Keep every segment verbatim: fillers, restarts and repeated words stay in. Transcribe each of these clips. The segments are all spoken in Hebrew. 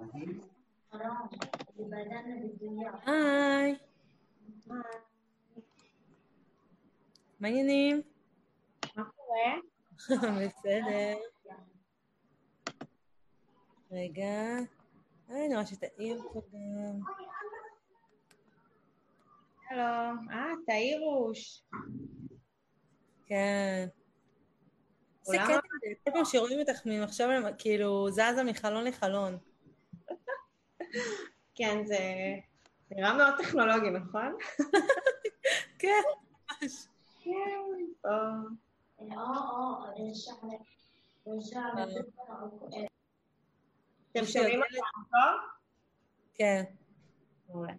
היי. מה העניינים? מה קורה? בסדר. רגע. אה, אני רואה שתעיר פה גם. שלום. אה, תאירוש. כן. איזה עולם קטע זה, כל פעם שרואים אותך ממחשב, כאילו, זזה מחלון לחלון. כן, זה נראה מאוד טכנולוגי, נכון? כן, ממש. כן, טוב. אתם יש לי עוד שומעים ילד? אותם טוב? כן. מעולה.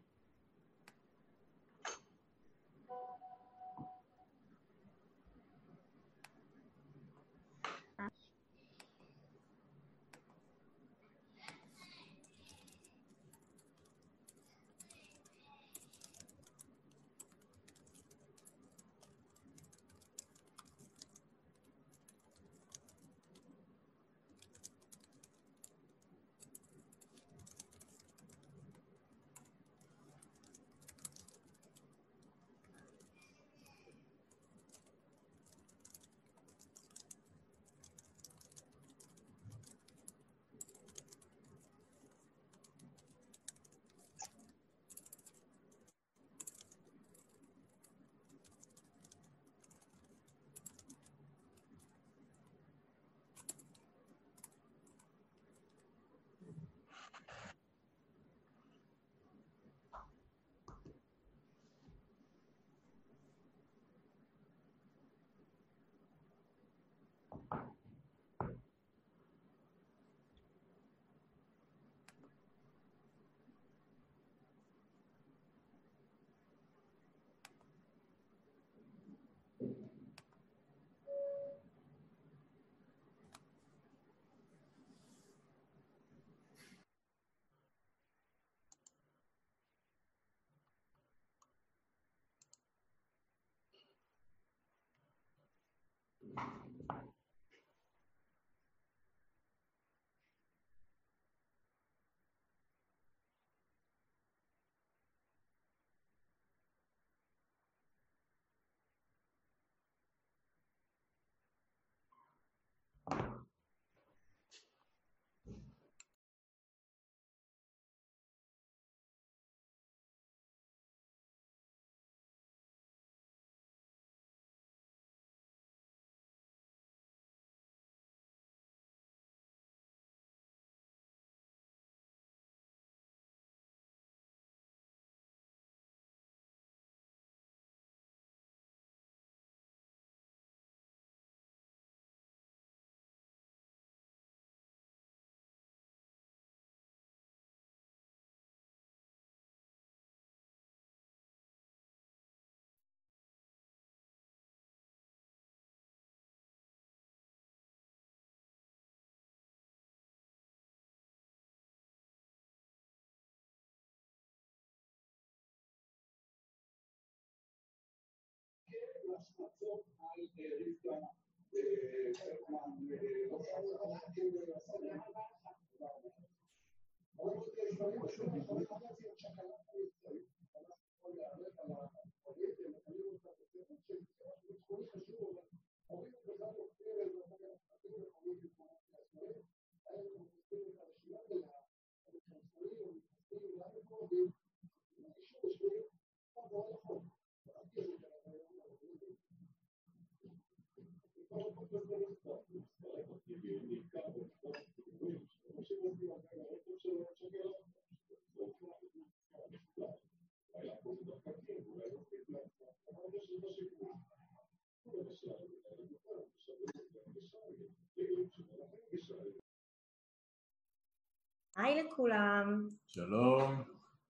היי לכולם. שלום.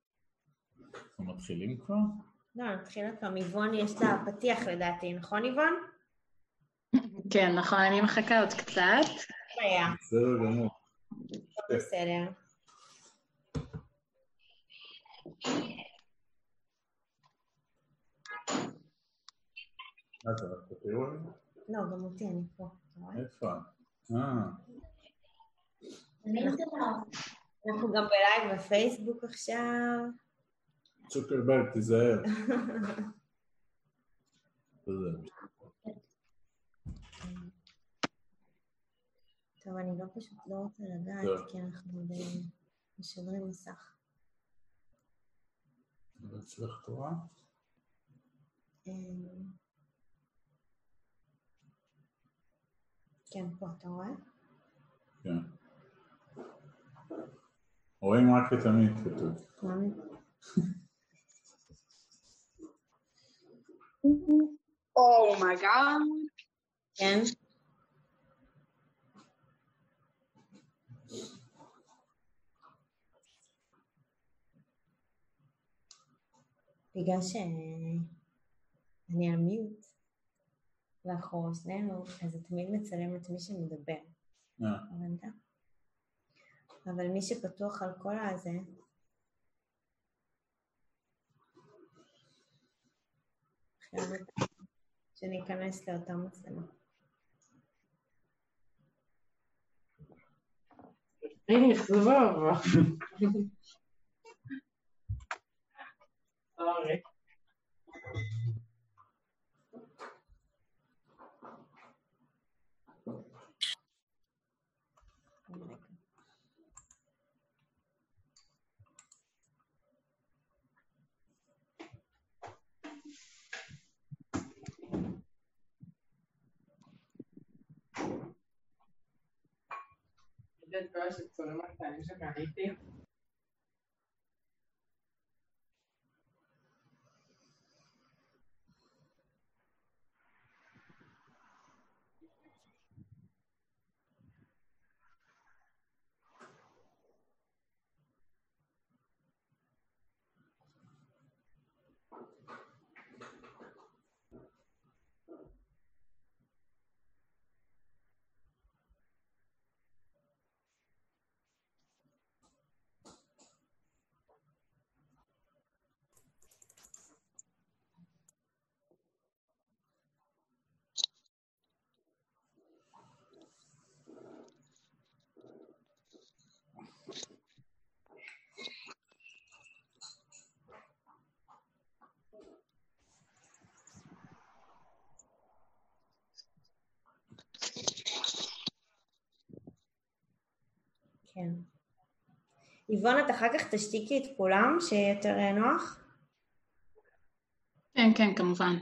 אנחנו מתחילים כבר? לא, נתחיל עוד פעם. איבון יש לה פתיח לדעתי, נכון איבון? כן, נכון, אני מחכה עוד קצת. היה. בסדר גמור. טוב, בסדר. מה זה, רק תתאירו לי? לא, גם אותי, אני פה. איפה? אה. אנחנו גם בלייב בפייסבוק עכשיו. צוקרברג, תיזהר. תודה. טוב, אני לא פשוט לא רוצה לגעת, כי אנחנו משדרים מסך. אני אצלך תורה. כן, פה, אתה רואה? כן. רואים רק את עמית כתוב. אומייגאד. כן. בגלל שאני על מיוט, ואנחנו שנינו, אז זה תמיד מצלם את מי שמדבר. הבנת? אבל מי שפתוח על כל הזה, חייבת שניכנס לאותה מצלמה. הנה, חזבוב. סורי. זה דבר שצורם הקטנים שקניתי. כן. איבון, את אחר כך תשתיקי את כולם, שיהיה יותר נוח? כן, כן, כמובן.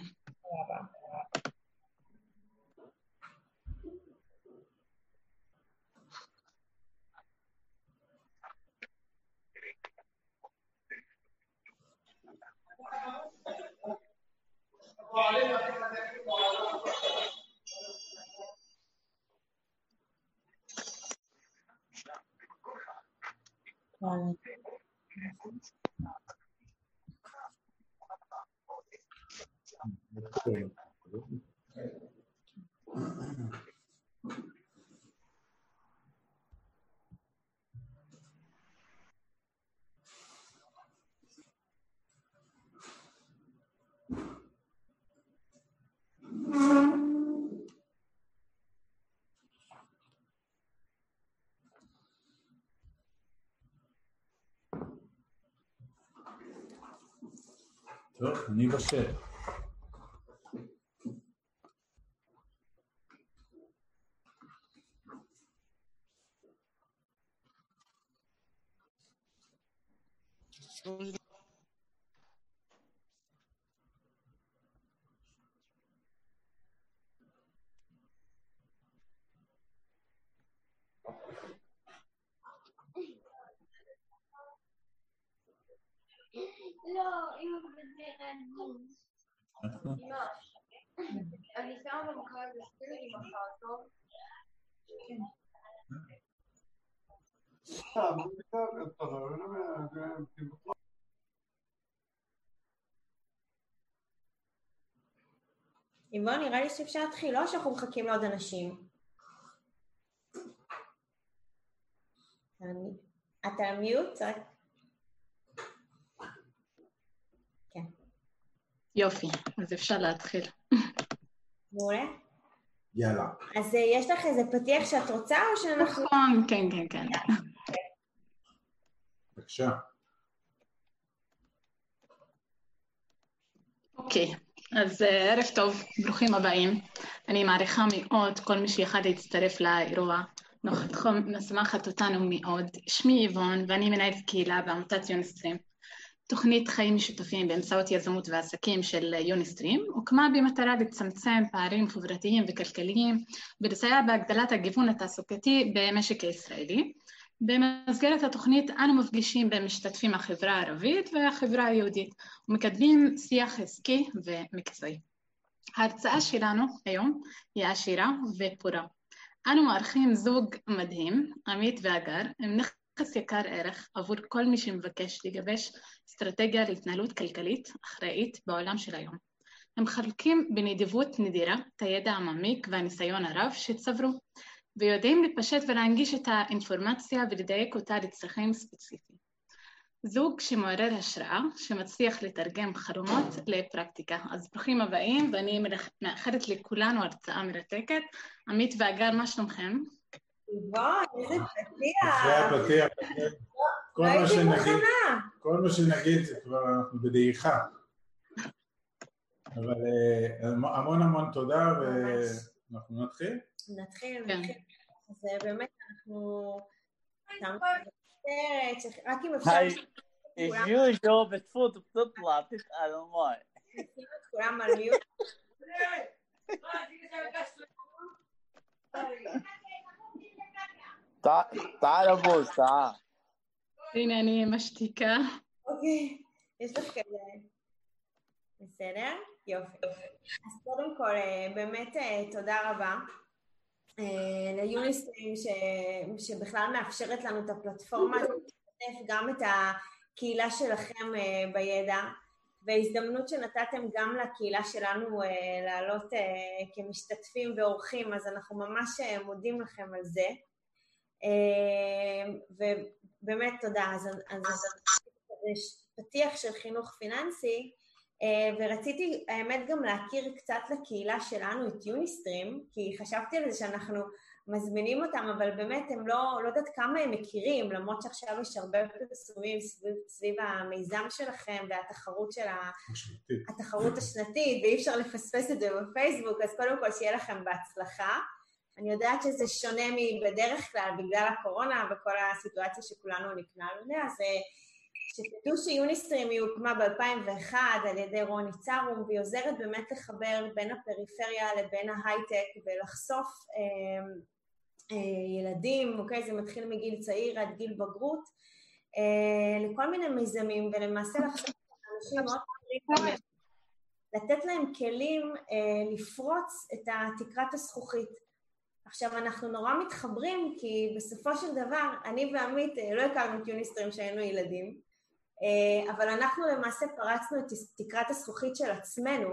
טוב, אני בשל. לא, אם את בדרך אמא, אני שמה במחר את הספירי עם מחר, טוב? כן. איבון, נראה לי שאפשר להתחיל, לא שאנחנו מחכים לעוד אנשים. אתה על מיוט? כן. יופי, אז אפשר להתחיל. מעולה? יאללה. אז יש לך איזה פתיח שאת רוצה או שאנחנו... נכון, כן, כן, כן. בבקשה. אוקיי, אז ערב טוב, ברוכים הבאים. אני מעריכה מאוד כל מי שיחד להצטרף לאירוע. נוכחתכם משמחת אותנו מאוד. שמי איבון ואני מנהלת קהילה בעמותת יוניסטרים. תוכנית חיים משותפים באמצעות יזמות ועסקים של יוניסטרים הוקמה במטרה לצמצם פערים חברתיים וכלכליים ולסייע בהגדלת הגיוון התעסוקתי במשק הישראלי. במסגרת התוכנית אנו מפגישים בין משתתפים החברה הערבית והחברה היהודית ומקדמים שיח עסקי ומקצועי. ההרצאה שלנו היום היא עשירה ופורה. אנו מארחים זוג מדהים, עמית ואגר, הם נכס יקר ערך עבור כל מי שמבקש לגבש אסטרטגיה להתנהלות כלכלית אחראית בעולם של היום. הם חלקים בנדיבות נדירה את הידע המעמיק והניסיון הרב שצברו, ויודעים לפשט ולהנגיש את האינפורמציה ולדייק אותה לצרכים ספציפיים. זוג שמעורר השראה, שמצליח לתרגם חלומות לפרקטיקה. אז ברוכים הבאים, ואני מאחלת לכולנו הרצאה מרתקת. עמית ואגר, מה שלומכם? איבון, איזה פתיח. אחרי הפתיח, כל מה שנגיד, כל מה שנגיד זה כבר אנחנו בדעיכה. אבל המון המון תודה, ואנחנו נתחיל? נתחיל, נתחיל. אז באמת אנחנו... רק אם אפשר... as usual, بتفوت بتطلع تسأل الماء. נתחיל את כולם על מיוט. تعال بوس, تعال. הנה אני משתיקה. אוקיי, יש לך כזה. בסדר? יופי. אז קודם כל, באמת תודה רבה. ליוניסטרים שבכלל מאפשרת לנו את הפלטפורמה, לשתף גם את הקהילה שלכם בידע, והזדמנות שנתתם גם לקהילה שלנו לעלות כמשתתפים ואורחים, אז אנחנו ממש מודים לכם על זה. ובאמת תודה. אז זה פתיח של חינוך פיננסי, ורציתי האמת גם להכיר קצת לקהילה שלנו את יוניסטרים, כי חשבתי על זה שאנחנו מזמינים אותם, אבל באמת הם לא, לא יודעת כמה הם מכירים, למרות שעכשיו יש הרבה פרסומים סביב, סביב המיזם שלכם והתחרות של ה... התחרות השנתית, ואי אפשר לפספס את זה בפייסבוק, אז קודם כל שיהיה לכם בהצלחה. אני יודעת שזה שונה מבדרך כלל, בגלל הקורונה וכל הסיטואציה שכולנו נקלענו אליה, אז שתדעו שיוניסטרים היא הוקמה ב-אלפיים ואחת על ידי רוני צרום, והיא עוזרת באמת לחבר בין הפריפריה לבין ההייטק, ולחשוף אה, אה, ילדים, אוקיי? זה מתחיל מגיל צעיר עד גיל בגרות, אה, לכל מיני מיזמים, ולמעשה לחשוף אנשים מאוד פריפריה, לתת להם כלים אה, לפרוץ את תקרת הזכוכית. עכשיו, אנחנו נורא מתחברים, כי בסופו של דבר, אני ועמית לא הכרנו את יוניסטרים שהיינו ילדים, אבל אנחנו למעשה פרצנו את תקרת הזכוכית של עצמנו,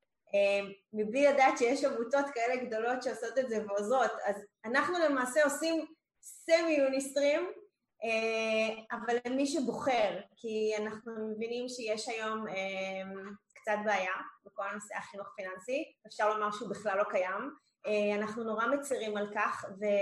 מבלי לדעת שיש עמותות כאלה גדולות שעושות את זה ועוזרות, אז אנחנו למעשה עושים סמי יוניסטרים, אבל למי שבוחר, כי אנחנו מבינים שיש היום קצת בעיה בכל הנושא החינוך פיננסי, אפשר לומר שהוא בכלל לא קיים, אנחנו נורא מצרים על כך,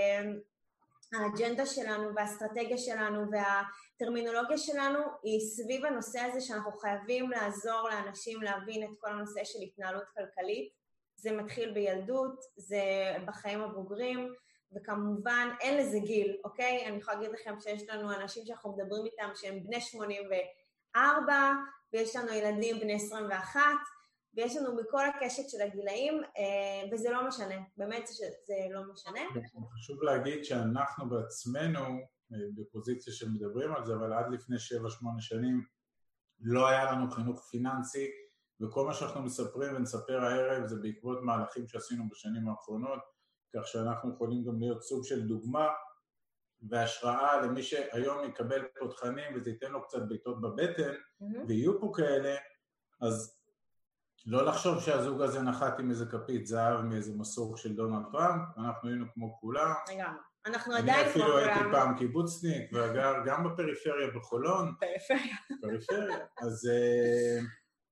והאג'נדה שלנו והאסטרטגיה שלנו והטרמינולוגיה שלנו היא סביב הנושא הזה שאנחנו חייבים לעזור לאנשים להבין את כל הנושא של התנהלות כלכלית. זה מתחיל בילדות, זה בחיים הבוגרים, וכמובן אין לזה גיל, אוקיי? אני יכולה להגיד לכם שיש לנו אנשים שאנחנו מדברים איתם שהם בני שמונים וארבע, ויש לנו ילדים בני עשרים ואחת, ויש לנו מכל הקשת של הגילאים, וזה לא משנה, באמת שזה לא משנה. חשוב להגיד שאנחנו בעצמנו, בפוזיציה שמדברים על זה, אבל עד לפני שבע שמונה שנים, לא היה לנו חינוך פיננסי, וכל מה שאנחנו מספרים ונספר הערב, זה בעקבות מהלכים שעשינו בשנים האחרונות, כך שאנחנו יכולים גם להיות סוג של דוגמה, והשראה למי שהיום יקבל פה תכנים, וזה ייתן לו קצת ביתות בבטן, ויהיו פה כאלה, אז לא לחשוב שהזוג הזה נחת עם איזה כפית זהב מאיזה מסור של דונלד טראמפ, אנחנו היינו כמו כולם. אנחנו עדיין כמו כולם. אני אפילו הייתי פעם קיבוצניק, וגר גם בפריפריה בחולון. פריפריה. פריפריה. אז,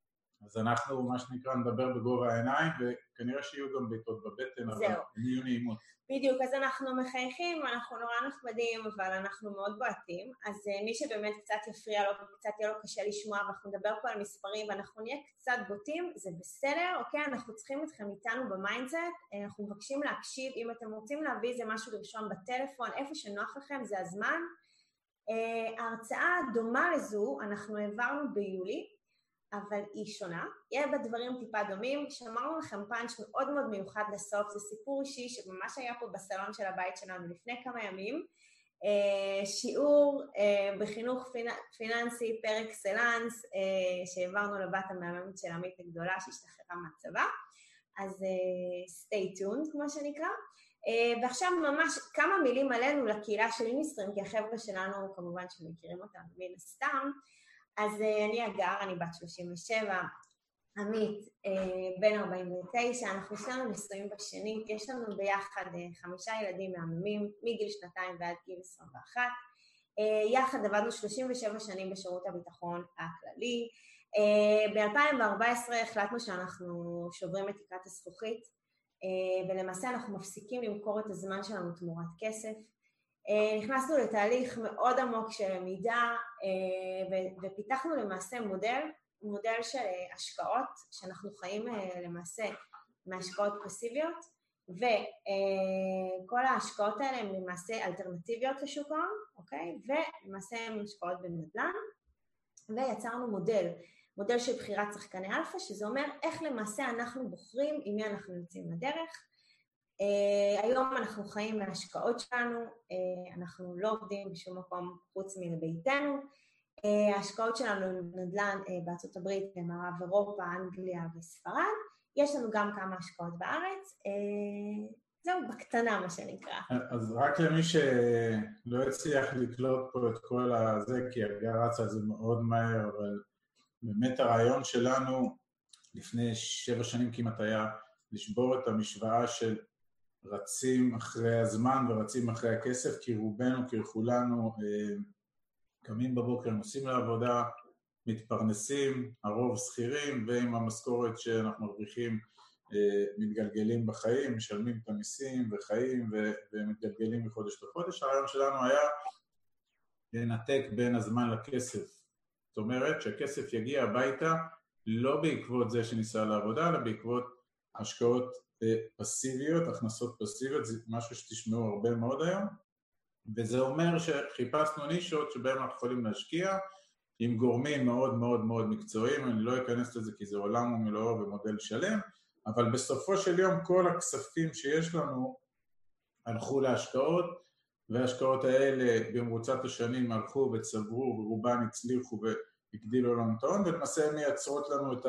אז אנחנו, מה שנקרא, נדבר בגובה העיניים, וכנראה שיהיו גם בעיטות בבטן, אבל נהיו נעימות. בדיוק, אז אנחנו מחייכים, אנחנו נורא נחמדים, אבל אנחנו מאוד בועטים, אז מי שבאמת קצת יפריע לו, קצת יהיה לו קשה לשמוע, ואנחנו נדבר פה על מספרים, ואנחנו נהיה קצת בוטים, זה בסדר, אוקיי? אנחנו צריכים אתכם איתנו במיינדסט, אנחנו מבקשים להקשיב, אם אתם רוצים להביא איזה משהו לרשום בטלפון, איפה שנוח לכם, זה הזמן. ההרצאה דומה לזו, אנחנו העברנו ביולי, אבל היא שונה, יהיה בה דברים טיפה דומים, שמרנו לכם פאנץ' מאוד מאוד מיוחד לסוף, זה סיפור אישי שממש היה פה בסלון של הבית שלנו לפני כמה ימים, שיעור בחינוך פיננסי פר אקסלנס, שהעברנו לבת המאמנת של עמית הגדולה שהשתחררה מהצבא, אז stay tuned כמו שנקרא, ועכשיו ממש כמה מילים עלינו לקהילה של יוניסטרים, כי החבר'ה שלנו כמובן שמכירים אותנו מן הסתם, אז אני אגר, אני בת שלושים ושבע, עמית בן ארבעים ותשע, אנחנו שלנו נשואים בשנית, יש לנו ביחד חמישה ילדים מהממים, מגיל שנתיים ועד גיל עשרים ואחת, יחד עבדנו שלושים ושבע שנים בשירות הביטחון הכללי, ב-אלפיים וארבע עשרה החלטנו שאנחנו שוברים את תקרת הזכוכית, ולמעשה אנחנו מפסיקים למכור את הזמן שלנו תמורת כסף, נכנסנו לתהליך מאוד עמוק של למידה ופיתחנו למעשה מודל, מודל של השקעות, שאנחנו חיים למעשה מהשקעות פסיביות, וכל ההשקעות האלה הן למעשה אלטרנטיביות לשוק ההון, אוקיי? ולמעשה הן השקעות בנדל"ן, ויצרנו מודל, מודל של בחירת שחקני אלפא, שזה אומר איך למעשה אנחנו בוחרים עם מי אנחנו יוצאים לדרך, Uh, היום אנחנו חיים מההשקעות שלנו, uh, אנחנו לא עובדים בשום מקום חוץ מלביתנו, uh, ההשקעות שלנו נדל"ן uh, בארצות הברית, במערב אירופה, אנגליה וספרד, יש לנו גם כמה השקעות בארץ, uh, זהו בקטנה מה שנקרא. אז רק למי שלא הצליח לקלוט פה את כל הזה, כי הרגע רצה על זה מאוד מהר, אבל באמת הרעיון שלנו לפני שבע שנים כמעט היה לשבור את המשוואה של רצים אחרי הזמן ורצים אחרי הכסף, כי רובנו, ככולנו, קמים בבוקר, נוסעים לעבודה, מתפרנסים, הרוב שכירים, ועם המשכורת שאנחנו מרוויחים, מתגלגלים בחיים, משלמים את המיסים וחיים ומתגלגלים מחודש לחודש. הרעיון שלנו היה לנתק בין הזמן לכסף. זאת אומרת שהכסף יגיע הביתה לא בעקבות זה שניסה לעבודה, אלא בעקבות השקעות פסיביות, הכנסות פסיביות, זה משהו שתשמעו הרבה מאוד היום, וזה אומר שחיפשנו נישות שבהם אנחנו יכולים להשקיע עם גורמים מאוד מאוד מאוד מקצועיים, אני לא אכנס לזה כי זה עולם ומלואו ומודל שלם, אבל בסופו של יום כל הכספים שיש לנו הלכו להשקעות, וההשקעות האלה במרוצת השנים הלכו וצברו ורובן הצליחו והגדילו לנו את ההון, ולמעשה הן מייצרות לנו את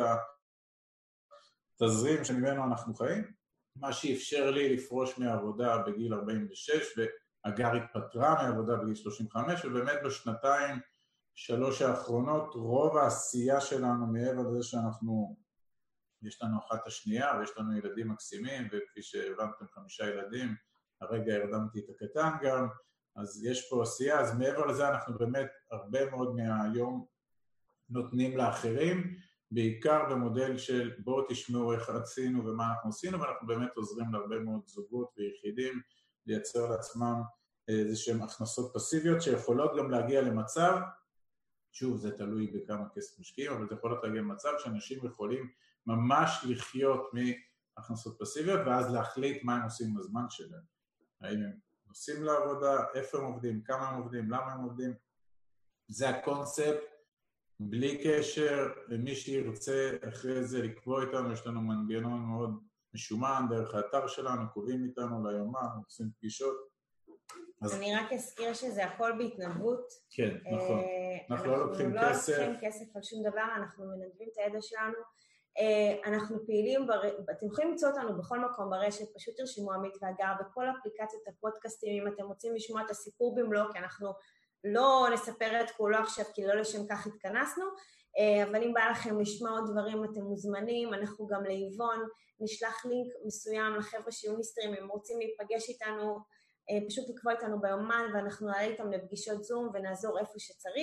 התזרים שממנו אנחנו חיים, מה שאפשר לי לפרוש מהעבודה בגיל ארבעים ושש, והגר התפטרה מהעבודה בגיל שלושים וחמש, ובאמת בשנתיים, שלוש האחרונות, רוב העשייה שלנו מעבר לזה שאנחנו, יש לנו אחת השנייה, ויש לנו ילדים מקסימים, וכפי שהבנתם חמישה ילדים, הרגע הרדמתי את הקטן גם, אז יש פה עשייה, אז מעבר לזה אנחנו באמת הרבה מאוד מהיום נותנים לאחרים, בעיקר במודל של בואו תשמעו איך עשינו ומה אנחנו עשינו, ואנחנו באמת עוזרים להרבה מאוד זוגות ויחידים לייצר לעצמם איזשהם הכנסות פסיביות שיכולות גם להגיע למצב, שוב זה תלוי בכמה כסף משקיעים, אבל זה יכול להגיע למצב שאנשים יכולים ממש לחיות מהכנסות פסיביות, ואז להחליט מה הם עושים בזמן שלהם. האם הם נוסעים לעבודה, איפה הם עובדים, כמה הם עובדים, למה הם עובדים. זה הקונספט, בלי קשר, ומי שירצה אחרי זה לקבוע איתנו, יש לנו מנגנון מאוד משומן, דרך האתר שלנו, קובעים איתנו ליומן, עושים פגישות. אני רק אזכיר שזה הכל בהתנדבות. כן, נכון. אנחנו לא לוקחים כסף. אנחנו לא לוקחים כסף על שום דבר, אנחנו מנדבים את הידע שלנו. אנחנו פעילים, אתם יכולים למצוא אותנו בכל מקום ברשת, פשוט תרשימו עמית והגר, בכל אפליקציות הפודקאסטים, אם אתם רוצים לשמוע את הסיפור במלוא, כי אנחנו לא נספר את כולו עכשיו, כי לא לשם כך התכנסנו, אבל אם בא לכם לשמוע עוד דברים, אתם מוזמנים, אנחנו גם ליבון, נשלח לינק מסוים לחבר'ה שיוניסטרים, אם רוצים להיפגש איתנו, פשוט לקבוע איתנו ביומן, ואנחנו נעלה איתם לפגישות זום ונעזור איפה שצריך.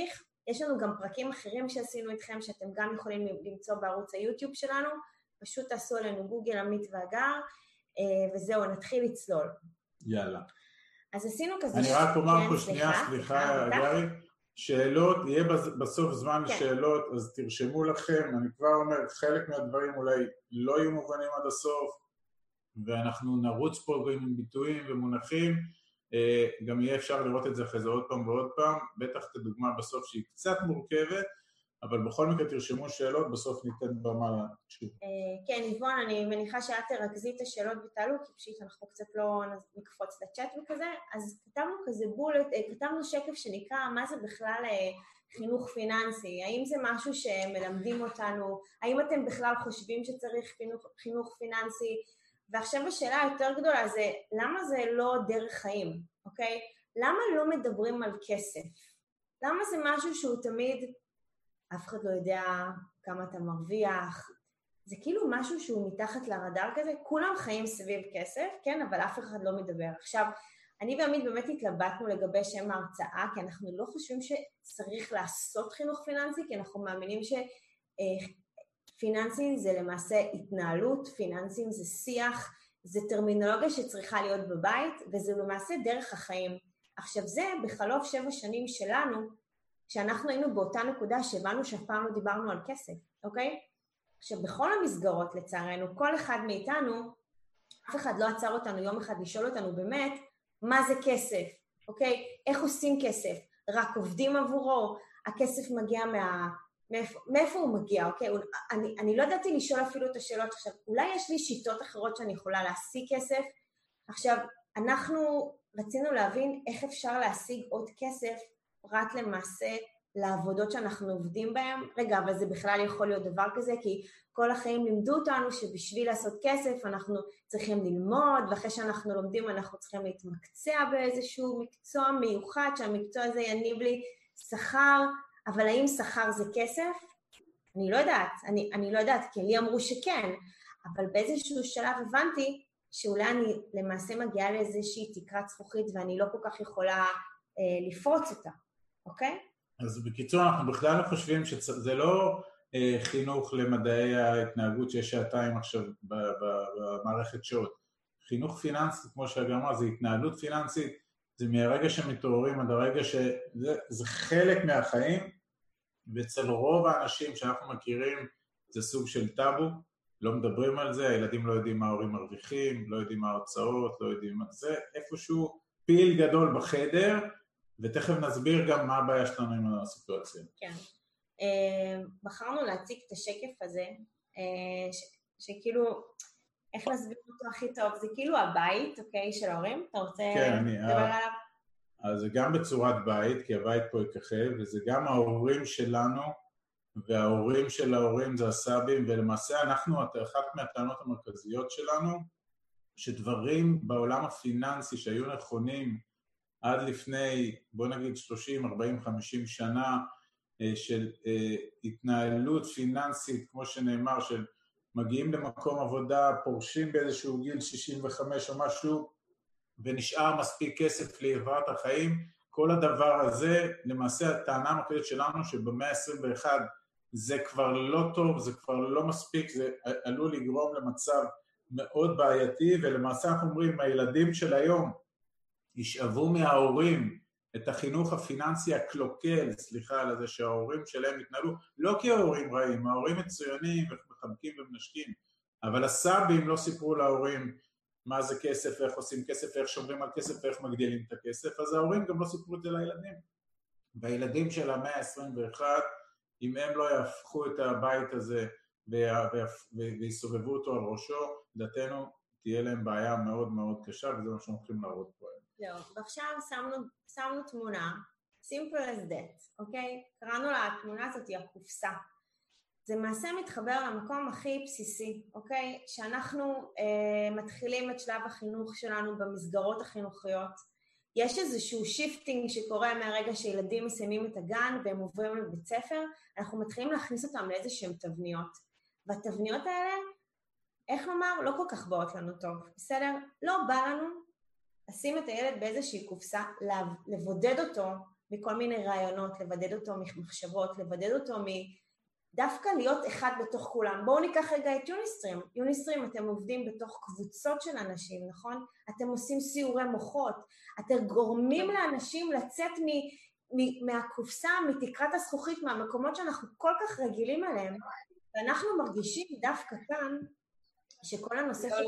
יש לנו גם פרקים אחרים שעשינו איתכם, שאתם גם יכולים למצוא בערוץ היוטיוב שלנו, פשוט תעשו עלינו גוגל, עמית והגר, וזהו, נתחיל לצלול. יאללה. אז עשינו כזה... אני רק אומר פה שנייה, סליחה, גרי, שאלות, יהיה בסוף זמן לשאלות, אז תרשמו לכם, אני כבר אומר, חלק מהדברים אולי לא יהיו מובנים עד הסוף, ואנחנו נרוץ פה עם ביטויים ומונחים, גם יהיה אפשר לראות את זה אחרי זה עוד פעם ועוד פעם, בטח את הדוגמה בסוף שהיא קצת מורכבת, אבל בכל מקרה תרשמו שאלות, בסוף ניתן במה לתשוב. כן, איבון, אני מניחה שאת תרכזי את השאלות ותעלו, כי פשוט אנחנו קצת לא נקפוץ לצ'אט וכזה, אז כתבנו כזה בולט, כתבנו שקף שנקרא מה זה בכלל חינוך פיננסי, האם זה משהו שמלמדים אותנו, האם אתם בכלל חושבים שצריך חינוך, חינוך פיננסי, ועכשיו השאלה היותר גדולה זה, למה זה לא דרך חיים, אוקיי? למה לא מדברים על כסף? למה זה משהו שהוא תמיד... אף אחד לא יודע כמה אתה מרוויח, זה כאילו משהו שהוא מתחת לרדאר כזה, כולם חיים סביב כסף, כן, אבל אף אחד לא מדבר. עכשיו, אני ועמית באמת התלבטנו לגבי שם ההרצאה, כי אנחנו לא חושבים שצריך לעשות חינוך פיננסי, כי אנחנו מאמינים שפיננסים זה למעשה התנהלות, פיננסים זה שיח, זה טרמינולוגיה שצריכה להיות בבית, וזה למעשה דרך החיים. עכשיו זה, בחלוף שבע שנים שלנו, שאנחנו היינו באותה נקודה שהבנו שאף פעם לא דיברנו על כסף, אוקיי? עכשיו, בכל המסגרות, לצערנו, כל אחד מאיתנו, אף אחד לא עצר אותנו יום אחד לשאול אותנו באמת, מה זה כסף, אוקיי? איך עושים כסף? רק עובדים עבורו? הכסף מגיע מה... מאיפה, מאיפה הוא מגיע, אוקיי? אני, אני לא ידעתי לשאול אפילו את השאלות עכשיו, אולי יש לי שיטות אחרות שאני יכולה להשיג כסף? עכשיו, אנחנו רצינו להבין איך אפשר להשיג עוד כסף, פרט למעשה לעבודות שאנחנו עובדים בהן. רגע, אבל זה בכלל יכול להיות דבר כזה, כי כל החיים לימדו אותנו שבשביל לעשות כסף אנחנו צריכים ללמוד, ואחרי שאנחנו לומדים אנחנו צריכים להתמקצע באיזשהו מקצוע מיוחד, שהמקצוע הזה יניב לי שכר, אבל האם שכר זה כסף? אני לא יודעת, אני, אני לא יודעת, כי לי אמרו שכן, אבל באיזשהו שלב הבנתי שאולי אני למעשה מגיעה לאיזושהי תקרת זכוכית, ואני לא כל כך יכולה אה, לפרוץ אותה. אוקיי? אז בקיצור, אנחנו בכלל לא חושבים שזה לא אה, חינוך למדעי ההתנהגות שיש שעתיים עכשיו במערכת שעות. חינוך פיננסי, כמו שהגר אמרה, זה התנהלות פיננסית, זה מהרגע שמתעוררים עד הרגע שזה זה חלק מהחיים, ואצל רוב האנשים שאנחנו מכירים זה סוג של טאבו, לא מדברים על זה, הילדים לא יודעים מה ההורים מרוויחים, לא יודעים מה ההוצאות, לא יודעים מה זה, איפשהו פיל גדול בחדר, ותכף נסביר גם מה הבעיה שלנו עם הסיטואציה. כן. בחרנו להציג את השקף הזה, שכאילו, איך נסביר אותו הכי טוב? זה כאילו הבית, אוקיי, של ההורים? אתה רוצה לדבר עליו? אז זה גם בצורת בית, כי הבית פה יכחל, וזה גם ההורים שלנו, וההורים של ההורים זה הסבים, ולמעשה אנחנו, אחת מהטענות המרכזיות שלנו, שדברים בעולם הפיננסי שהיו נכונים, עד לפני, בוא נגיד שלושים, ארבעים, חמישים שנה של התנהלות פיננסית, כמו שנאמר, של מגיעים למקום עבודה, פורשים באיזשהו גיל שישים וחמש או משהו, ונשאר מספיק כסף לעברת החיים, כל הדבר הזה, למעשה הטענה המרכזית שלנו, שבמאה ה-עשרים ואחת זה כבר לא טוב, זה כבר לא מספיק, זה עלול לגרום למצב מאוד בעייתי, ולמעשה אנחנו אומרים, הילדים של היום, ישאבו מההורים את החינוך הפיננסי הקלוקל, סליחה על זה שההורים שלהם התנהלו, לא כי ההורים רעים, ההורים מצוינים ומחבקים ומנשקים, אבל הסבים לא סיפרו להורים מה זה כסף, איך עושים כסף, איך שומרים על כסף, איך מגדילים את הכסף, אז ההורים גם לא סיפרו את זה לילדים. והילדים של המאה ה-עשרים ואחת, אם הם לא יהפכו את הבית הזה ויסובבו אותו על ראשו, דעתנו תהיה להם בעיה מאוד מאוד קשה, וזה מה שאנחנו הולכים להראות פה. זהו, ועכשיו שמנו, שמנו תמונה, simple as that, אוקיי? קראנו לה, התמונה הזאת היא הקופסה. זה מעשה מתחבר למקום הכי בסיסי, אוקיי? שאנחנו אה, מתחילים את שלב החינוך שלנו במסגרות החינוכיות. יש איזשהו שיפטינג שקורה מהרגע שילדים מסיימים את הגן והם עוברים לבית ספר, אנחנו מתחילים להכניס אותם לאיזשהם תבניות. והתבניות האלה, איך לומר, לא כל כך באות לנו טוב, בסדר? לא בא לנו לשים את הילד באיזושהי קופסה, לבודד אותו מכל מיני רעיונות, לבדד אותו ממחשבות, לבדד אותו מ... דווקא להיות אחד בתוך כולם. בואו ניקח רגע את יוניסטרים. יוניסטרים אתם עובדים בתוך קבוצות של אנשים, נכון? אתם עושים סיורי מוחות, אתם גורמים לאנשים לצאת מ, מ, מהקופסה, מתקרת הזכוכית, מהמקומות שאנחנו כל כך רגילים עליהם, ואנחנו מרגישים דווקא כאן, שכל הנושא של...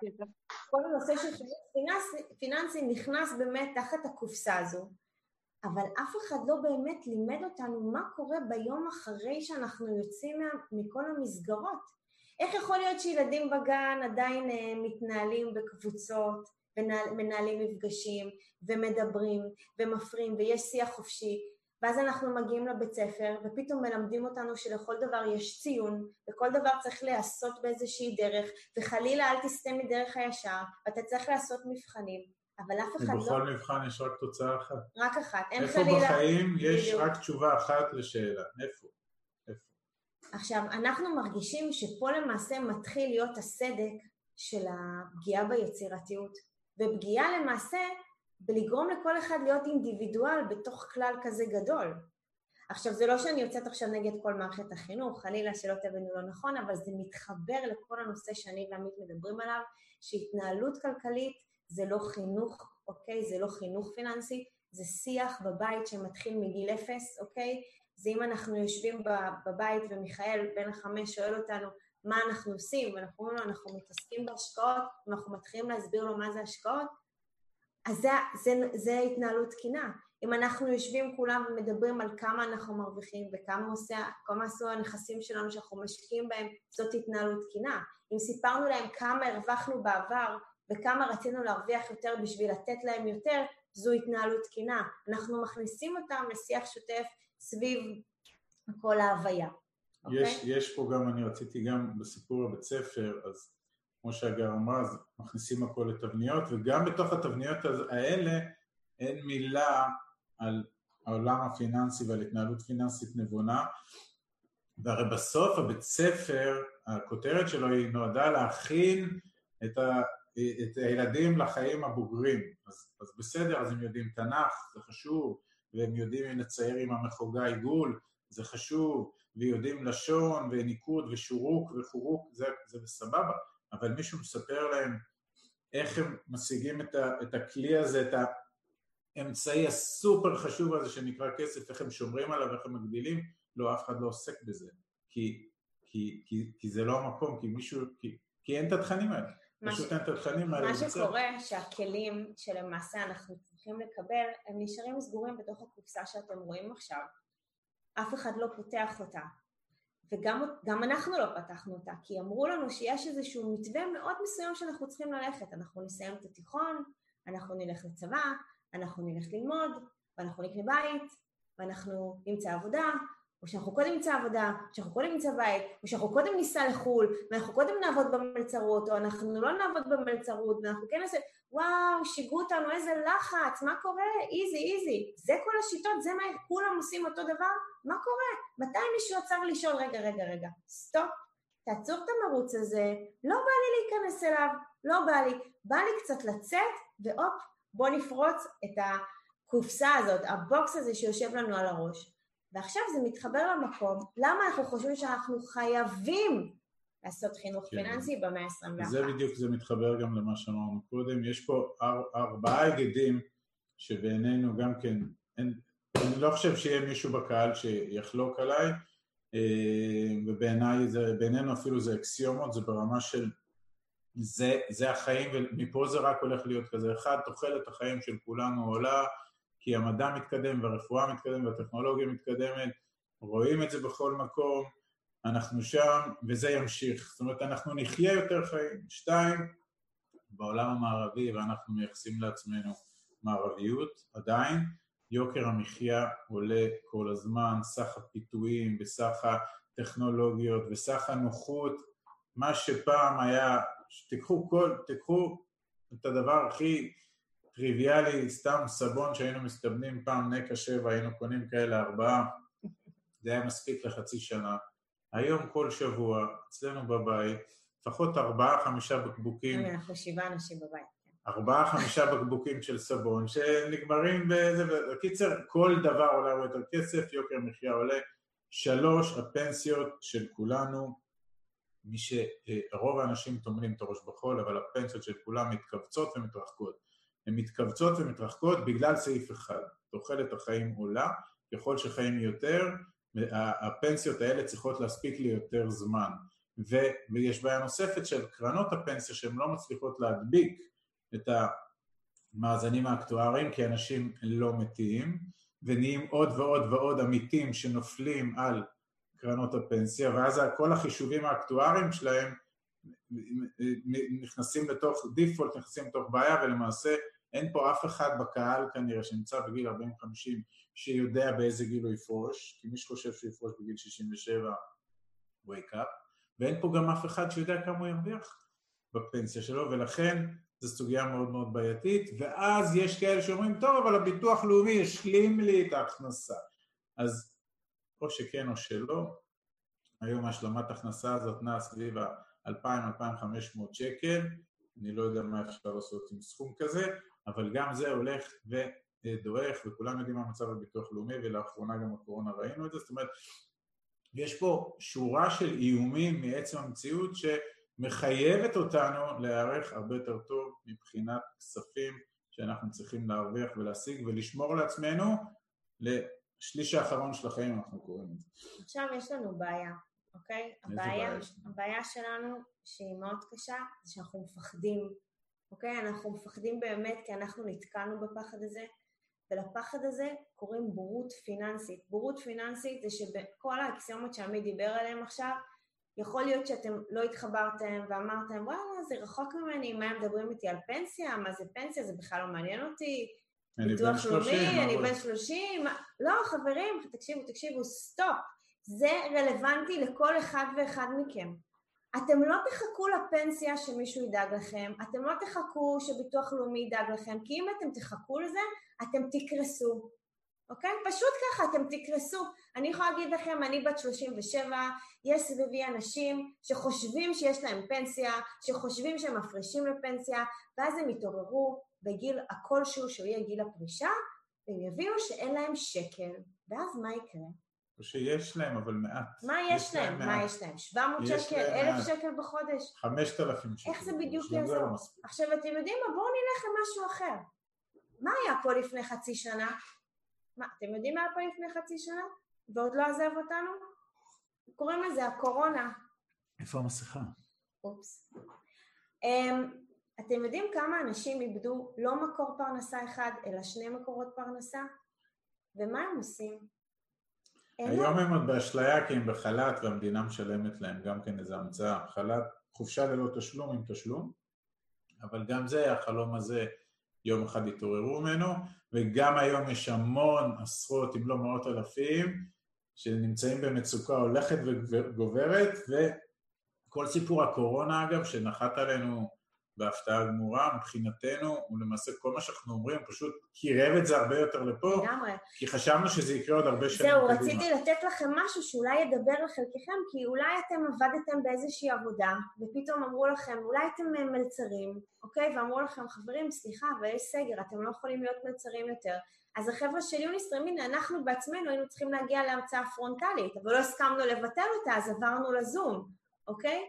כל הנושא של פיננסי, פיננסי נכנס באמת תחת הקופסה הזו, אבל אף אחד לא באמת לימד אותנו מה קורה ביום אחרי שאנחנו יוצאים מכל המסגרות. איך יכול להיות שילדים בגן עדיין מתנהלים בקבוצות, ומנהלים מפגשים, ומדברים, ומפרים, ויש שיח חופשי, ואז אנחנו מגיעים לבית ספר, ופתאום מלמדים אותנו שלכל דבר יש ציון, וכל דבר צריך לעשות באיזושהי דרך, וחלילה אל תסטה מדרך הישר, ואתה צריך לעשות מבחנים. אבל אף אחד לא... ובכל מבחן יש רק תוצאה אחת. רק אחת, אין איפה חלילה... איפה בחיים יש רק תשובה אחת לשאלה? איפה? איפה? עכשיו, אנחנו מרגישים שפה למעשה מתחיל להיות הסדק של הפגיעה ביצירתיות, ופגיעה למעשה בלגרום לכל אחד להיות אינדיבידואל בתוך כלל כזה גדול. עכשיו, זה לא שאני יוצאת עכשיו נגד כל מערכת החינוך, חלילה שלא תבינו לא נכון, אבל זה מתחבר לכל הנושא שאני ועמית מדברים עליו, שהתנהלות כלכלית זה לא חינוך, אוקיי? זה לא חינוך פיננסי, זה שיח בבית שמתחיל מגיל אפס, אוקיי? זה אם אנחנו יושבים בבית ומיכאל בן החמש שואל אותנו מה אנחנו עושים, ואנחנו אומרים לו, אנחנו מתעסקים בהשקעות, ואנחנו מתחילים להסביר לו מה זה השקעות, אז זה, זה, זה התנהלות תקינה. אם אנחנו יושבים כולם ומדברים על כמה אנחנו מרוויחים, וכמה עושה, כמה עשו הנכסים שלנו שאנחנו משקיעים בהם, זאת התנהלות תקינה. אם סיפרנו להם כמה הרווחנו בעבר, וכמה רצינו להרוויח יותר בשביל לתת להם יותר, זו התנהלות תקינה. אנחנו מכניסים אותם לשיח שוטף סביב כל ההוויה. יש, okay? יש פה גם, אני רציתי גם בסיפור הבית ספר, אז כמו שהגר אמרה, אז מכניסים הכל לתבניות, וגם בתוך התבניות האלה אין מילה על העולם הפיננסי ועל התנהלות פיננסית נבונה, והרי בסוף הבית ספר, הכותרת שלו היא נועדה להכין את ה... את הילדים לחיים הבוגרים, אז, אז בסדר, אז הם יודעים תנ"ך, זה חשוב, והם יודעים לצייר עם המחוגה עיגול, זה חשוב, ויודעים לשון וניקוד ושורוק וחורוק, זה, זה בסבבה, אבל מישהו מספר להם איך הם משיגים את, ה, את הכלי הזה, את האמצעי הסופר חשוב הזה שנקרא כסף, איך הם שומרים עליו, איך הם מגדילים, לא, אף אחד לא עוסק בזה, כי, כי, כי, כי זה לא המקום, כי מישהו, כי, כי אין את התכנים האלה. מה, ש... מה שקורה שהכלים שלמעשה אנחנו צריכים לקבל, הם נשארים סגורים בתוך הקופסה שאתם רואים עכשיו. אף אחד לא פותח אותה. וגם גם אנחנו לא פתחנו אותה, כי אמרו לנו שיש איזשהו מתווה מאוד מסוים שאנחנו צריכים ללכת. אנחנו נסיים את התיכון, אנחנו נלך לצבא, אנחנו נלך ללמוד, ואנחנו נקנה בית, ואנחנו נמצא עבודה, או שאנחנו קודם נמצא עבודה, או שאנחנו קודם נמצא בית, או שאנחנו קודם ניסע לחול, ואנחנו קודם נעבוד במלצרות, או אנחנו לא נעבוד במלצרות, ואנחנו כן נעשה, וואו, שיגעו אותנו, איזה לחץ, מה קורה? איזי, איזי. זה כל השיטות, זה מה, כולם עושים אותו דבר? מה קורה? מתי מישהו עצר לשאול, רגע, רגע, רגע, סטופ, תעצור את המרוץ הזה, לא בא לי להיכנס אליו, לא בא לי, בא לי קצת לצאת, ואופ, בוא נפרוץ את הקופסה הזאת, הבוקס הזה שיושב לנו על הראש. ועכשיו זה מתחבר למקום, למה אנחנו חושבים שאנחנו חייבים לעשות חינוך כן. פיננסי במאה ה-עשרים ואחת? זה בדיוק, זה מתחבר גם למה שאמרנו קודם, יש פה אר, ארבעה היגדים שבעינינו גם כן, אין, אני לא חושב שיהיה מישהו בקהל שיחלוק עליי, ובעיניי, זה, בעינינו אפילו זה אקסיומות, זה ברמה של, זה, זה החיים, ומפה זה רק הולך להיות כזה, אחד, תוחלת החיים של כולנו עולה, כי המדע מתקדם והרפואה מתקדם והטכנולוגיה מתקדמת, רואים את זה בכל מקום, אנחנו שם וזה ימשיך, זאת אומרת אנחנו נחיה יותר חיים. שתיים, בעולם המערבי ואנחנו מייחסים לעצמנו מערביות, עדיין יוקר המחיה עולה כל הזמן, סך הפיתויים וסך הטכנולוגיות וסך הנוחות, מה שפעם היה, תיקחו כל, תיקחו את הדבר הכי טריוויאלי, סתם סבון שהיינו מסתבנים פעם נקה שבע, היינו קונים כאלה ארבעה, זה היה מספיק לחצי שנה. היום כל שבוע, אצלנו בבית, לפחות ארבעה, חמישה בקבוקים. אנחנו שבעה אנשים בבית. ארבעה, חמישה בקבוקים של סבון, שנגמרים בזה, בקיצר, כל דבר עולה הרבה יותר כסף, יוקר המחיה עולה. שלוש, הפנסיות של כולנו, מי שרוב האנשים טומנים את הראש בחול, אבל הפנסיות של כולם מתכווצות ומתרחקות. הן מתכווצות ומתרחקות בגלל סעיף אחד. תוחלת החיים עולה, ככל שחיים יותר, הפנסיות האלה צריכות להספיק לי יותר זמן. ויש בעיה נוספת של קרנות הפנסיה שהן לא מצליחות להדביק את המאזנים האקטואריים, כי אנשים לא מתים, ונהיים עוד ועוד ועוד עמיתים שנופלים על קרנות הפנסיה, ואז כל החישובים האקטואריים שלהם נכנסים לתוך דיפולט, נכנסים לתוך בעיה, ולמעשה אין פה אף אחד בקהל כנראה שנמצא בגיל ארבעים חמישים שיודע באיזה גיל הוא יפרוש, כי מי שחושב שהוא יפרוש בגיל שישים ושבע, wake up, ואין פה גם אף אחד שיודע כמה הוא ירוויח בפנסיה שלו, ולכן זו סוגיה מאוד מאוד בעייתית, ואז יש כאלה שאומרים, טוב, אבל הביטוח לאומי ישלים לי את ההכנסה. אז או שכן או שלא, היום השלמת הכנסה הזאת נעה סביב ה-אלפיים עד אלפיים וחמש מאות שקל, אני לא יודע מה אפשר לעשות עם סכום כזה, אבל גם זה הולך ודועך, וכולם יודעים מה מצב הביטוח לאומי, ולאחרונה גם הקורונה ראינו את זה, זאת אומרת, יש פה שורה של איומים מעצם המציאות שמחייבת אותנו להיערך הרבה יותר טוב מבחינת כספים שאנחנו צריכים להרוויח ולהשיג ולשמור לעצמנו לשליש האחרון של החיים, אנחנו קוראים את זה. עכשיו יש לנו בעיה, אוקיי? הבעיה, הבעיה שלנו שהיא מאוד קשה זה שאנחנו מפחדים, אוקיי? אנחנו מפחדים באמת כי אנחנו נתקלנו בפחד הזה, ולפחד הזה קוראים בורות פיננסית. בורות פיננסית זה שבכל האקסיומות שעמי דיבר עליהם עכשיו, יכול להיות שאתם לא התחברתם ואמרתם, וואלה, זה רחוק ממני, מה הם מדברים איתי על פנסיה? מה זה פנסיה? זה בכלל לא מעניין אותי. אני בן שלושים. אני בן שלושים. לא, חברים, תקשיבו, תקשיבו, סטופ. זה רלוונטי לכל אחד ואחד מכם. אתם לא תחכו לפנסיה שמישהו ידאג לכם, אתם לא תחכו שביטוח לאומי ידאג לכם, כי אם אתם תחכו לזה, אתם תקרסו, אוקיי? פשוט ככה, אתם תקרסו. אני יכולה להגיד לכם, אני בת שלושים ושבע, יש סביבי אנשים שחושבים שיש להם פנסיה, שחושבים שהם מפרישים לפנסיה, ואז הם יתעוררו בגיל הכלשהו שהוא יהיה גיל הפרישה, והם יבינו שאין להם שקל, ואז מה יקרה? או שיש להם, אבל מעט. מה יש להם? מה יש להם? שבע מאות שקל? אלף שקל בחודש? חמשת אלפים שקל. איך זה בדיוק יעזור? עכשיו, אתם יודעים מה? בואו נלך למשהו אחר. מה היה פה לפני חצי שנה? מה, אתם יודעים מה היה פה לפני חצי שנה? ועוד לא עזב אותנו? קוראים לזה הקורונה. איפה המסכה? אופס. אתם יודעים כמה אנשים איבדו לא מקור פרנסה אחד, אלא שני מקורות פרנסה? ומה הם עושים? היום הם עוד באשליה כי הם בחל"ת והמדינה משלמת להם גם כן איזה המצאה, חל"ת, חופשה ללא תשלום עם תשלום, אבל גם זה, החלום הזה, יום אחד התעוררו ממנו, וגם היום יש המון עשרות אם לא מאות אלפים שנמצאים במצוקה הולכת וגוברת, וכל סיפור הקורונה אגב שנחת עלינו בהפתעה גמורה, מבחינתנו, ולמעשה כל מה שאנחנו אומרים, פשוט קירב את זה הרבה יותר לפה, לגמרי. כי חשבנו שזה יקרה עוד הרבה שנים קדימה. זהו, רציתי לתת לכם משהו שאולי ידבר לחלקכם, כי אולי אתם עבדתם באיזושהי עבודה, ופתאום אמרו לכם, אולי אתם מלצרים, אוקיי? ואמרו לכם, חברים, סליחה, אבל יש סגר, אתם לא יכולים להיות מלצרים יותר. אז החבר'ה של יוניסטרים, הנה, אנחנו בעצמנו היינו צריכים להגיע להרצאה פרונטלית, אבל לא הסכמנו לבטל אותה, אז עברנו לזום, אוקיי?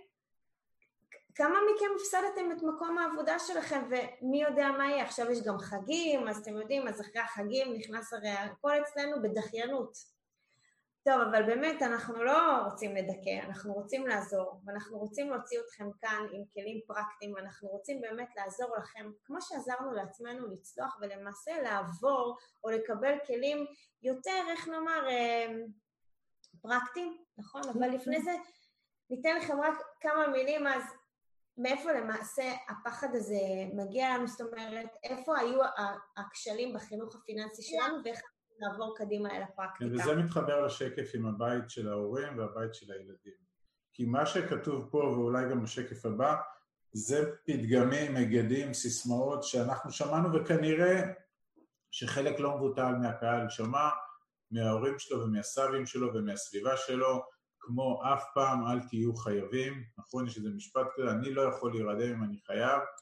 כמה מכם הפסדתם את מקום העבודה שלכם, ומי יודע מה יהיה? עכשיו יש גם חגים, אז אתם יודעים, אז אחרי החגים נכנס הרי הכל אצלנו בדחיינות. טוב, אבל באמת אנחנו לא רוצים לדכא, אנחנו רוצים לעזור, ואנחנו רוצים להוציא אתכם כאן עם כלים פרקטיים, ואנחנו רוצים באמת לעזור לכם, כמו שעזרנו לעצמנו לצלוח ולמעשה לעבור, או לקבל כלים יותר, איך נאמר, פרקטיים, נכון? אבל לפני זה ניתן לכם רק כמה מילים, אז מאיפה למעשה הפחד הזה מגיע לנו, זאת אומרת, איפה היו הכשלים בחינוך הפיננסי שלנו, ואיך נעבור קדימה אל הפרקטיקה. וזה מתחבר לשקף עם הבית של ההורים והבית של הילדים. כי מה שכתוב פה, ואולי גם בשקף הבא, זה פתגמים, מגדים, סיסמאות שאנחנו שמענו, וכנראה שחלק לא מבוטל מהקהל שמע, מההורים שלו ומהסבים שלו ומהסביבה שלו, כמו אף פעם אל תהיו חייבים, נכון, יש איזה משפט כזה, אני לא יכול להירדם אם אני חייב,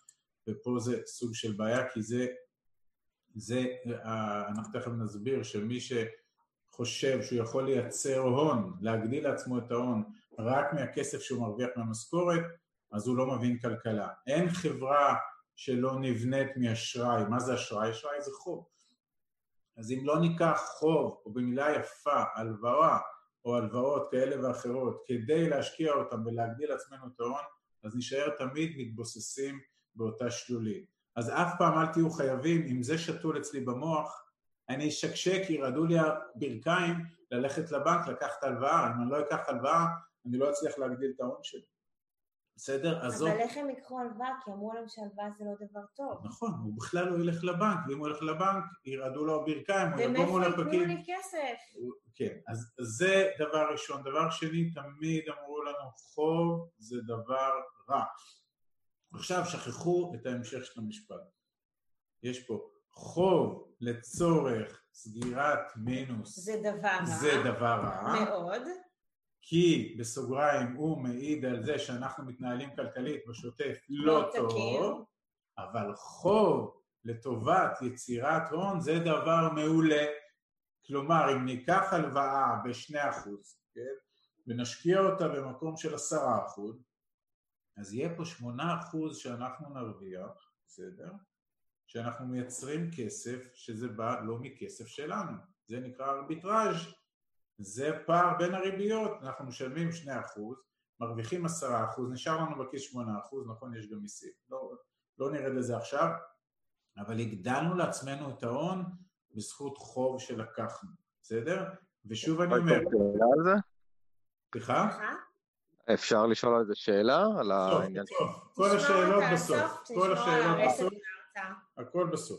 ופה זה סוג של בעיה, כי זה, זה אנחנו תכף נסביר שמי שחושב שהוא יכול לייצר הון, להגדיל לעצמו את ההון, רק מהכסף שהוא מרוויח מהמשכורת, אז הוא לא מבין כלכלה. אין חברה שלא נבנית מאשראי. מה זה אשראי? אשראי זה חוב. אז אם לא ניקח חוב, או במילה יפה, הלוואה, או הלוואות כאלה ואחרות, כדי להשקיע אותם ולהגדיל לעצמנו את ההון, אז נשאר תמיד מתבוססים באותה שלולית. אז אף פעם אל תהיו חייבים, אם זה שתול אצלי במוח, אני אשקשק, ירעדו לי הברכיים ללכת לבנק, לקחת הלוואה. אם אני לא אקח הלוואה, אני לא אצליח להגדיל את ההון שלי. בסדר? אז אבל איך הם יקחו הלוואה? כי אמרו להם שהלוואה זה לא דבר טוב. נכון, הוא בכלל לא ילך לבנק, ואם הוא ילך לבנק, ירעדו לו הברכיים, הוא יגום מול ומאיפה הפקיד. ייתנו לי כסף? כן, אז זה דבר ראשון. דבר שני, תמיד אמרו לנו, חוב זה דבר רע. עכשיו שכחו את ההמשך של המשפט. יש פה חוב לצורך סגירת מינוס. זה דבר רע. זה דבר רע. מאוד. כי בסוגריים הוא מעיד על זה שאנחנו מתנהלים כלכלית בשוטף לא טוב, אבל חוב לטובת יצירת הון זה דבר מעולה. כלומר, אם ניקח הלוואה ב-שני אחוז, כן? ונשקיע אותה במקום של עשרה אחוז, אז יהיה פה שמונה אחוז שאנחנו נרוויח, בסדר? שאנחנו מייצרים כסף שזה בא לא מכסף שלנו. זה נקרא ארביטראז'. זה פער בין הריביות. אנחנו משלמים שני אחוז, מרוויחים עשרה אחוז, נשאר לנו בכיס שמונה אחוז, נכון, יש גם מיסים. לא, לא נרד לזה עכשיו, אבל הגדלנו לעצמנו את ההון בזכות חוב שלקחנו, בסדר? ושוב אני אומר... סליחה? אפשר לשאול איזה שאלה על העניין? בסוף, כל השאלות בסוף, כל השאלות בסוף, הכל בסוף.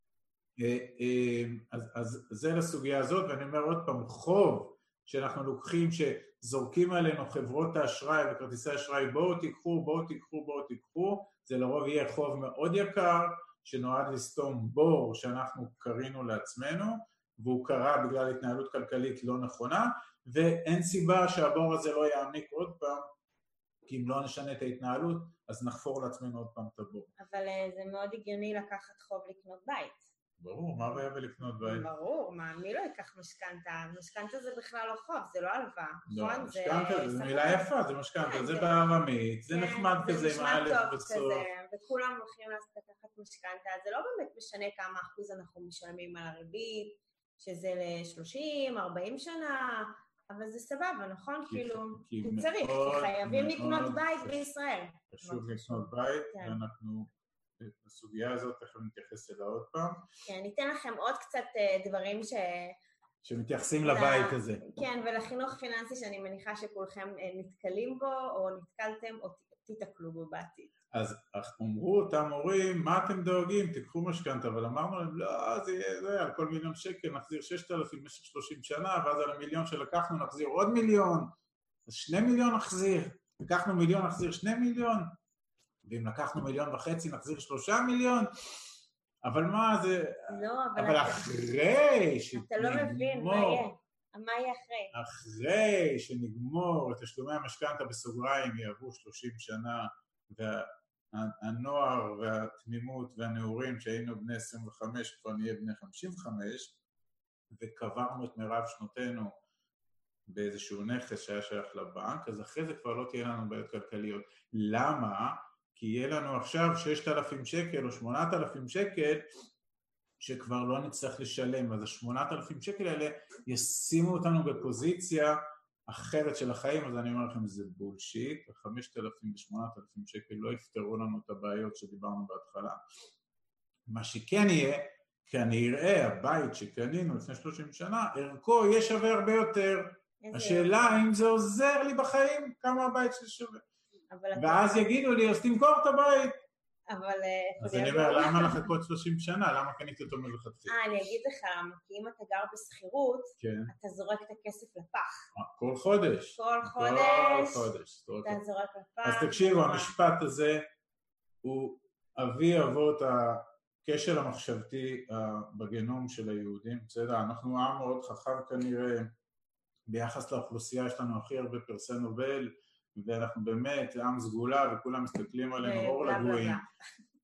אז, אז זה לסוגיה הזאת, ואני אומר עוד פעם, חוב שאנחנו לוקחים, שזורקים עלינו חברות האשראי וכרטיסי האשראי, בואו תיקחו, בואו תיקחו, בואו תיקחו, זה לרוב יהיה חוב מאוד יקר, שנועד לסתום בור שאנחנו קרינו לעצמנו, והוא קרה בגלל התנהלות כלכלית לא נכונה, ואין סיבה שהבור הזה לא יעמיק עוד פעם, כי אם לא נשנה את ההתנהלות, אז נחפור לעצמנו עוד פעם את הבור. אבל זה מאוד הגיוני לקחת חוב לקנות בית. ברור, מה בעיה בלקנות בית? ברור, מה, מי לא ייקח משכנתה? משכנתה זה בכלל לא חוב, זה לא הלוואה. לא, נכון? משכנתה זה מילה יפה, זה משכנתה, זה בארמית, זה נחמד כזה עם האלף בסוף. וכולם הולכים לקחת משכנתה, זה לא באמת משנה כמה אחוז אנחנו משלמים על הריבית, שזה ל-שלושים, ארבעים שנה, אבל זה סבבה, נכון? כאילו, כי צריך, כי חייבים לקנות בית בישראל. חשוב לקנות בית, ואנחנו... את הסוגיה הזאת, תכף נתייחס אליה עוד פעם. כן, ניתן לכם עוד קצת דברים ש... שמתייחסים לבית הזה. כן, ולחינוך פיננסי שאני מניחה שכולכם נתקלים בו, או נתקלתם, או תתקלו בו בעתיד. אז אמרו אותם הורים, מה אתם דואגים? תיקחו משכנתה, אבל אמרנו להם, לא, זה יהיה, זה, על כל מיליון שקל נחזיר ששת אלפים במשך שלושים שנה, ואז על המיליון שלקחנו נחזיר עוד מיליון, אז שני מיליון נחזיר, לקחנו מיליון נחזיר שני מיליון, ואם לקחנו מיליון וחצי, נחזיר שלושה מיליון, אבל מה זה... לא, אבל... אבל אחרי שנגמור... אתה לא מבין, מה יהיה? מה יהיה אחרי? אחרי שנגמור את תשלומי המשכנתה בסוגריים, יעברו שלושים שנה, והנוער והתמימות והנעורים שהיינו בני עשרים וחמש, כבר נהיה בני חמישים וחמש, וקברנו את מירב שנותינו באיזשהו נכס שהיה שייך לבנק, אז אחרי זה כבר לא תהיה לנו בעיות כלכליות. למה? כי יהיה לנו עכשיו ששת אלפים שקל או שמונת אלפים שקל שכבר לא נצטרך לשלם, אז ה-שמונת אלפים שקל האלה ישימו אותנו בפוזיציה אחרת של החיים, אז אני אומר לכם, זה בולשיט, ה-חמשת אלפים ו-שמונת אלפים שקל לא יפתרו לנו את הבעיות שדיברנו בהתחלה. מה שכן יהיה, כנראה הבית שקנינו לפני שלושים שנה, ערכו יהיה שווה הרבה יותר. השאלה האם זה עוזר לי בחיים, כמה הבית שלי שווה. ואז יגידו לי, אז תמכור את הבית. אבל... אז אני אומר, למה לחכות שלושים שנה? למה קניתי אותו מלכתחילה? אה, אני אגיד לך למה, כי אם אתה גר בסחירות, אתה זורק את הכסף לפח. כל חודש. כל חודש. כל חודש. אתה זורק לפח. אז תקשיבו, המשפט הזה הוא אבי אבות הכשל המחשבתי בגנום של היהודים. בסדר, אנחנו עם מאוד חכם כנראה, ביחס לאוכלוסייה יש לנו הכי הרבה פרסי נובל, ואנחנו באמת עם סגולה וכולם מסתכלים עלינו אור לגויים.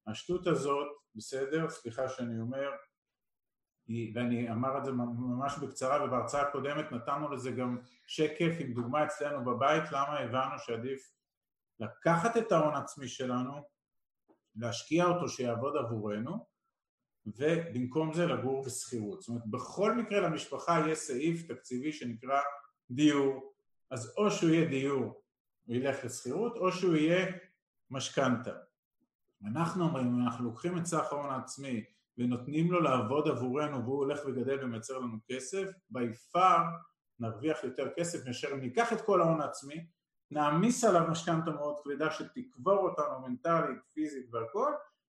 השטות הזאת, בסדר, סליחה שאני אומר, ואני אמר את זה ממש בקצרה, ובהרצאה הקודמת נתנו לזה גם שקף עם דוגמה אצלנו בבית, למה הבנו שעדיף לקחת את ההון עצמי שלנו, להשקיע אותו שיעבוד עבורנו, ובמקום זה לגור בסחירות. זאת אומרת, בכל מקרה למשפחה יש סעיף תקציבי שנקרא דיור, אז או שהוא יהיה דיור, הוא ילך לסחירות, או שהוא יהיה משכנתה. אנחנו אומרים, אם אנחנו לוקחים את סך ההון העצמי, ונותנים לו לעבוד עבורנו, והוא הולך וגדל ומייצר לנו כסף, ביפר נרוויח יותר כסף, מאשר אם ניקח את כל ההון העצמי, נעמיס עליו משכנתה מאוד כבדה, שתקבור אותנו מנטלית, פיזית והכל,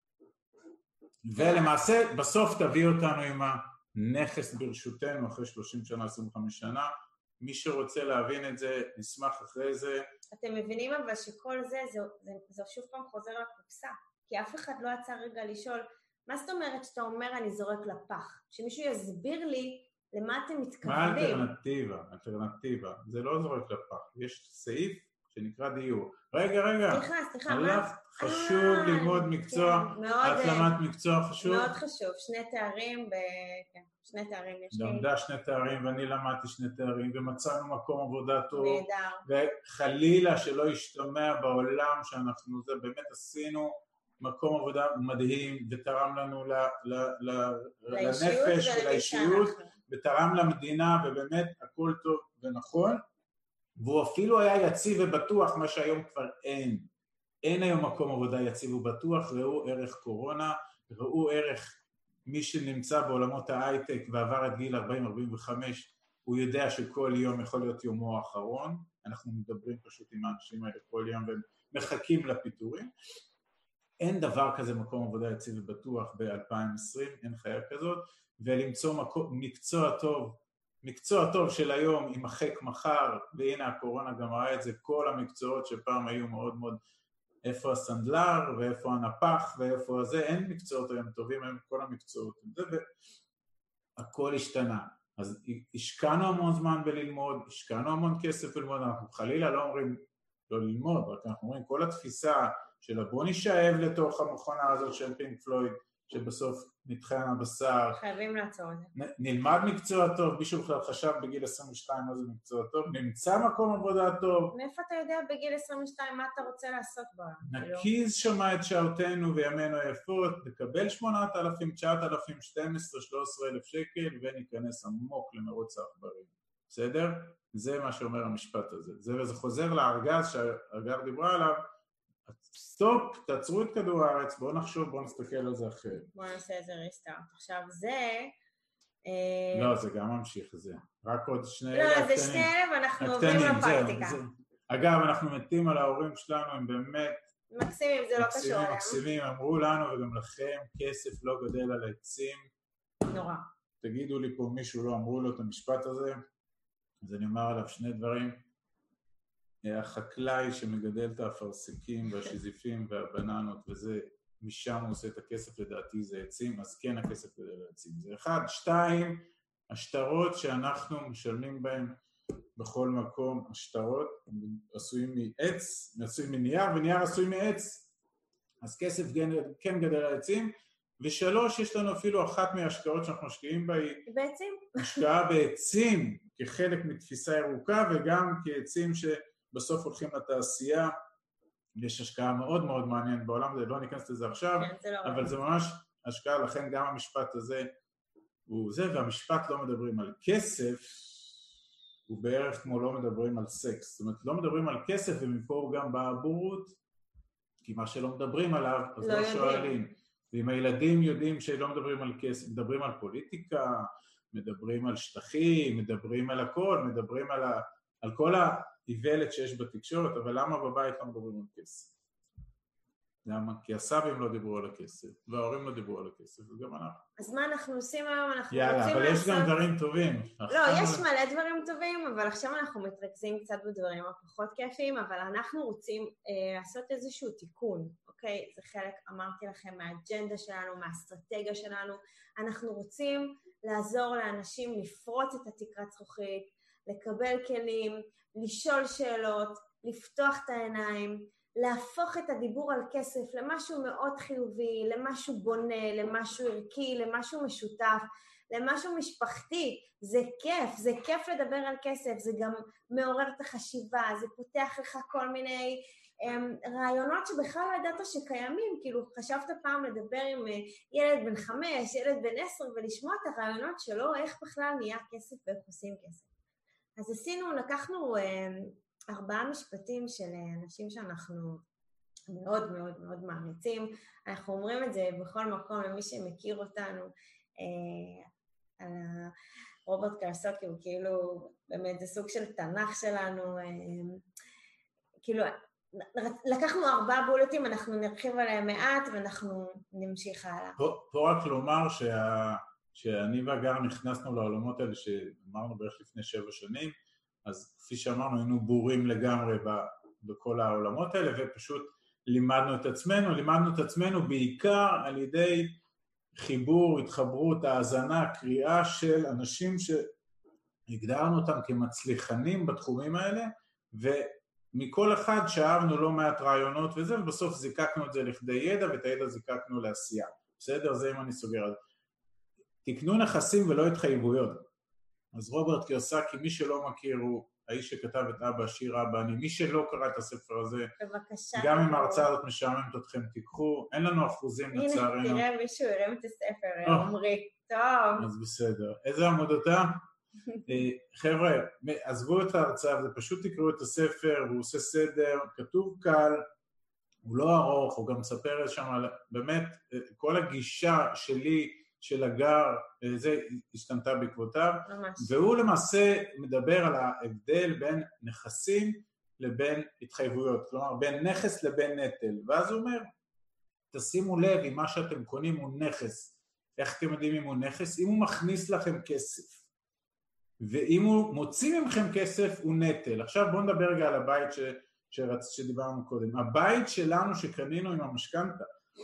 ולמעשה בסוף תביא אותנו עם הנכס ברשותנו, אחרי שלושים שנה, עשרים וחמש שנה, מי שרוצה להבין את זה, נשמח אחרי זה. אתם מבינים אבל שכל זה, זה, זה, זה שוב פעם חוזר לקופסה, כי אף אחד לא יצא רגע לשאול, מה זאת אומרת שאתה אומר אני זורק לפח? שמישהו יסביר לי למה אתם מתכוונים. מה האלטרנטיבה? אלטרנטיבה. זה לא זורק לפח. יש סעיף שנקרא דיור. רגע, רגע. סליחה, סליחה. מה? חשוב ללמוד מקצוע, השלמת מקצוע חשוב. מאוד חשוב. שני תארים, כן, שני תארים יש לי. למדה שני תארים ואני למדתי שני תארים ומצאנו מקום עבודה טוב. נהדר. וחלילה שלא ישתמע בעולם שאנחנו זה באמת עשינו מקום עבודה מדהים ותרם לנו ל, ל, ל, לנפש ולאישיות ותרם למדינה ובאמת הכל טוב ונכון והוא אפילו היה יציב ובטוח מה שהיום כבר אין. אין היום מקום עבודה יציב ובטוח, ראו ערך קורונה, ראו ערך מי שנמצא בעולמות ההייטק ועבר את גיל ארבעים ארבעים וחמש, הוא יודע שכל יום יכול להיות יומו האחרון, אנחנו מדברים פשוט עם האנשים האלה כל יום והם מחכים לפיטורים. אין דבר כזה מקום עבודה יציב ובטוח ב-אלפיים עשרים, אין חיה כזאת, ולמצוא מקום, מקצוע טוב, מקצוע טוב של היום יימחק מחר, והנה הקורונה גם ראה את זה, כל המקצועות שפעם היו מאוד מאוד, איפה הסנדלר ואיפה הנפח ואיפה הזה, אין מקצועות היום טובים, הם כל המקצועות, והכל השתנה. אז השקענו המון זמן בללמוד, השקענו המון כסף ללמוד, אנחנו חלילה לא אומרים לא ללמוד, רק אנחנו אומרים כל התפיסה של בוא נשאב לתוך המכונה הזאת של פינק פלויד, שבסוף נתחן הבשר. חייבים לעצור את זה. נלמד מקצוע טוב, מישהו בכלל חשב בגיל עשרים ושתיים מה זה מקצוע טוב, נמצא מקום עבודה טוב. מאיפה אתה יודע בגיל עשרים ושתיים מה אתה רוצה לעשות בה? נקיז שמה את שעותינו וימינו היפות, נקבל שמונת אלפים, תשעת אלפים, שתים עשרה, שלוש עשרה אלף שקל וניכנס עמוק למרוץ העכברים. בסדר? זה מה שאומר המשפט הזה. זה, וזה חוזר לארגז שהארגז דיברה עליו, סטופ, תעצרו את כדור הארץ, בואו נחשוב, בואו נסתכל על זה אחרת. בואו נעשה איזה ריסטארט. עכשיו זה... לא, זה גם ממשיך, זה. רק עוד שני... לא, זה שני אלף, אנחנו עוברים לפרקטיקה. אגב, אנחנו מתים על ההורים שלנו, הם באמת... מקסימים, זה לא קשור עליהם. מקסימים, אמרו לנו וגם לכם, כסף לא גדל על העצים. נורא. תגידו לי פה, מישהו לא אמרו לו את המשפט הזה, אז אני אומר עליו שני דברים. החקלאי שמגדל את האפרסקים והשזיפים והבננות וזה, משם הוא עושה את הכסף, לדעתי זה עצים, אז כן הכסף גדל על עצים. זה אחד. שתיים, השטרות שאנחנו משלמים בהם בכל מקום, השטרות עשויים מעץ, עשויים מנייר, ונייר עשוי מעץ, אז כסף כן גדל על עצים. ושלוש, יש לנו אפילו אחת מההשקעות שאנחנו משקיעים בה, היא בעצים? השקעה בעצים כחלק מתפיסה ירוקה, וגם כעצים שבסוף הולכים לתעשייה. יש השקעה מאוד מאוד מעניינת בעולם, זה לא ניכנס לזה עכשיו, כן, זה לא אבל רע. זה ממש השקעה, לכן גם המשפט הזה הוא זה, והמשפט לא מדברים על כסף, הוא בערך כמו לא מדברים על סקס, זאת אומרת לא מדברים על כסף, ומפה הוא גם בעבורות, כי מה שלא מדברים עליו, אז לא, לא שואלים. ואם הילדים יודעים שלא מדברים על כסף, מדברים על פוליטיקה, מדברים על שטחים, מדברים על הכל, מדברים על, ה, על כל האיוולת שיש בתקשורת, אבל למה בבית לא מדברים על כסף? למה? כי הסבים לא דיברו על הכסף, וההורים לא דיברו על הכסף, וגם אנחנו. אז מה אנחנו עושים היום? אנחנו יאללה, רוצים אבל לעשות... יש גם דברים טובים. לא, יש מלא דברים טובים, אבל עכשיו אנחנו מתרכזים קצת בדברים הפחות כיפים, אבל אנחנו רוצים אה, לעשות איזשהו תיקון, אוקיי? זה חלק, אמרתי לכם, מהאג'נדה שלנו, מהאסטרטגיה שלנו. אנחנו רוצים לעזור לאנשים לפרוץ את התקרת זכוכית, לקבל כלים, לשאול שאלות, לפתוח את העיניים, להפוך את הדיבור על כסף למשהו מאוד חיובי, למשהו בונה, למשהו ערכי, למשהו משותף, למשהו משפחתי. זה כיף, זה כיף לדבר על כסף, זה גם מעורר את החשיבה, זה פותח לך כל מיני um, רעיונות שבכלל לא ידעת שקיימים, כאילו חשבת פעם לדבר עם uh, ילד בן חמש, ילד בן עשר, ולשמוע את הרעיונות שלו, איך בכלל נהיה כסף ואיך עושים כסף. אז עשינו, לקחנו uh, ארבעה משפטים של uh, אנשים שאנחנו מאוד מאוד מאוד מאמיצים, אנחנו אומרים את זה בכל מקום למי שמכיר אותנו, uh, על רוברט קיוסקי, הוא כאילו, באמת זה סוג של תנ"ך שלנו, כאילו, לקחנו ארבעה בולטים, אנחנו נרחיב עליהם מעט, ואנחנו נמשיך הלאה. פה, פה רק לומר שה, שאני והגר נכנסנו לעולמות האלה, שאמרנו בערך לפני שבע שנים, אז כפי שאמרנו, היינו בורים לגמרי ב, בכל העולמות האלה, ופשוט לימדנו את עצמנו, לימדנו את עצמנו בעיקר על ידי חיבור, התחברות, האזנה, קריאה של אנשים שהגדרנו אותם כמצליחנים בתחומים האלה, ומכל אחד שאהבנו לא מעט רעיונות וזה, ובסוף זיקקנו את זה לכדי ידע, ואת הידע זיקקנו לעשייה. בסדר? זה אם אני סוגר על זה. תקנו נכסים ולא התחייבויות. אז רוברט קיוסקי, מי שלא מכיר, הוא האיש שכתב את אבא עשיר אבא אני, מי שלא קרא את הספר הזה, בבקשה, גם אם ההרצאה הזאת משעממת אתכם, תיקחו, אין לנו אחוזים לצערנו. הנה, תראה מישהו הרם את הספר, עומרי, טוב. אז בסדר. איזה עמוד אתה? חבר'ה, עזבו את ההרצאה, זה פשוט תקראו את הספר, הוא עושה סדר, כתוב קל, הוא לא ארוך, הוא גם מספר שם, באמת, כל הגישה שלי, של הגר, זה השתנתה בעקבותיו, ממש. והוא למעשה מדבר על ההבדל בין נכסים לבין התחייבויות, כלומר בין נכס לבין נטל, ואז הוא אומר, תשימו לב אם מה שאתם קונים הוא נכס, איך אתם יודעים אם הוא נכס? אם הוא מכניס לכם כסף, ואם הוא מוציא ממכם כסף הוא נטל. עכשיו בואו נדבר רגע על הבית ש... שרצ... שדיברנו קודם, הבית שלנו שקנינו עם המשכנתה,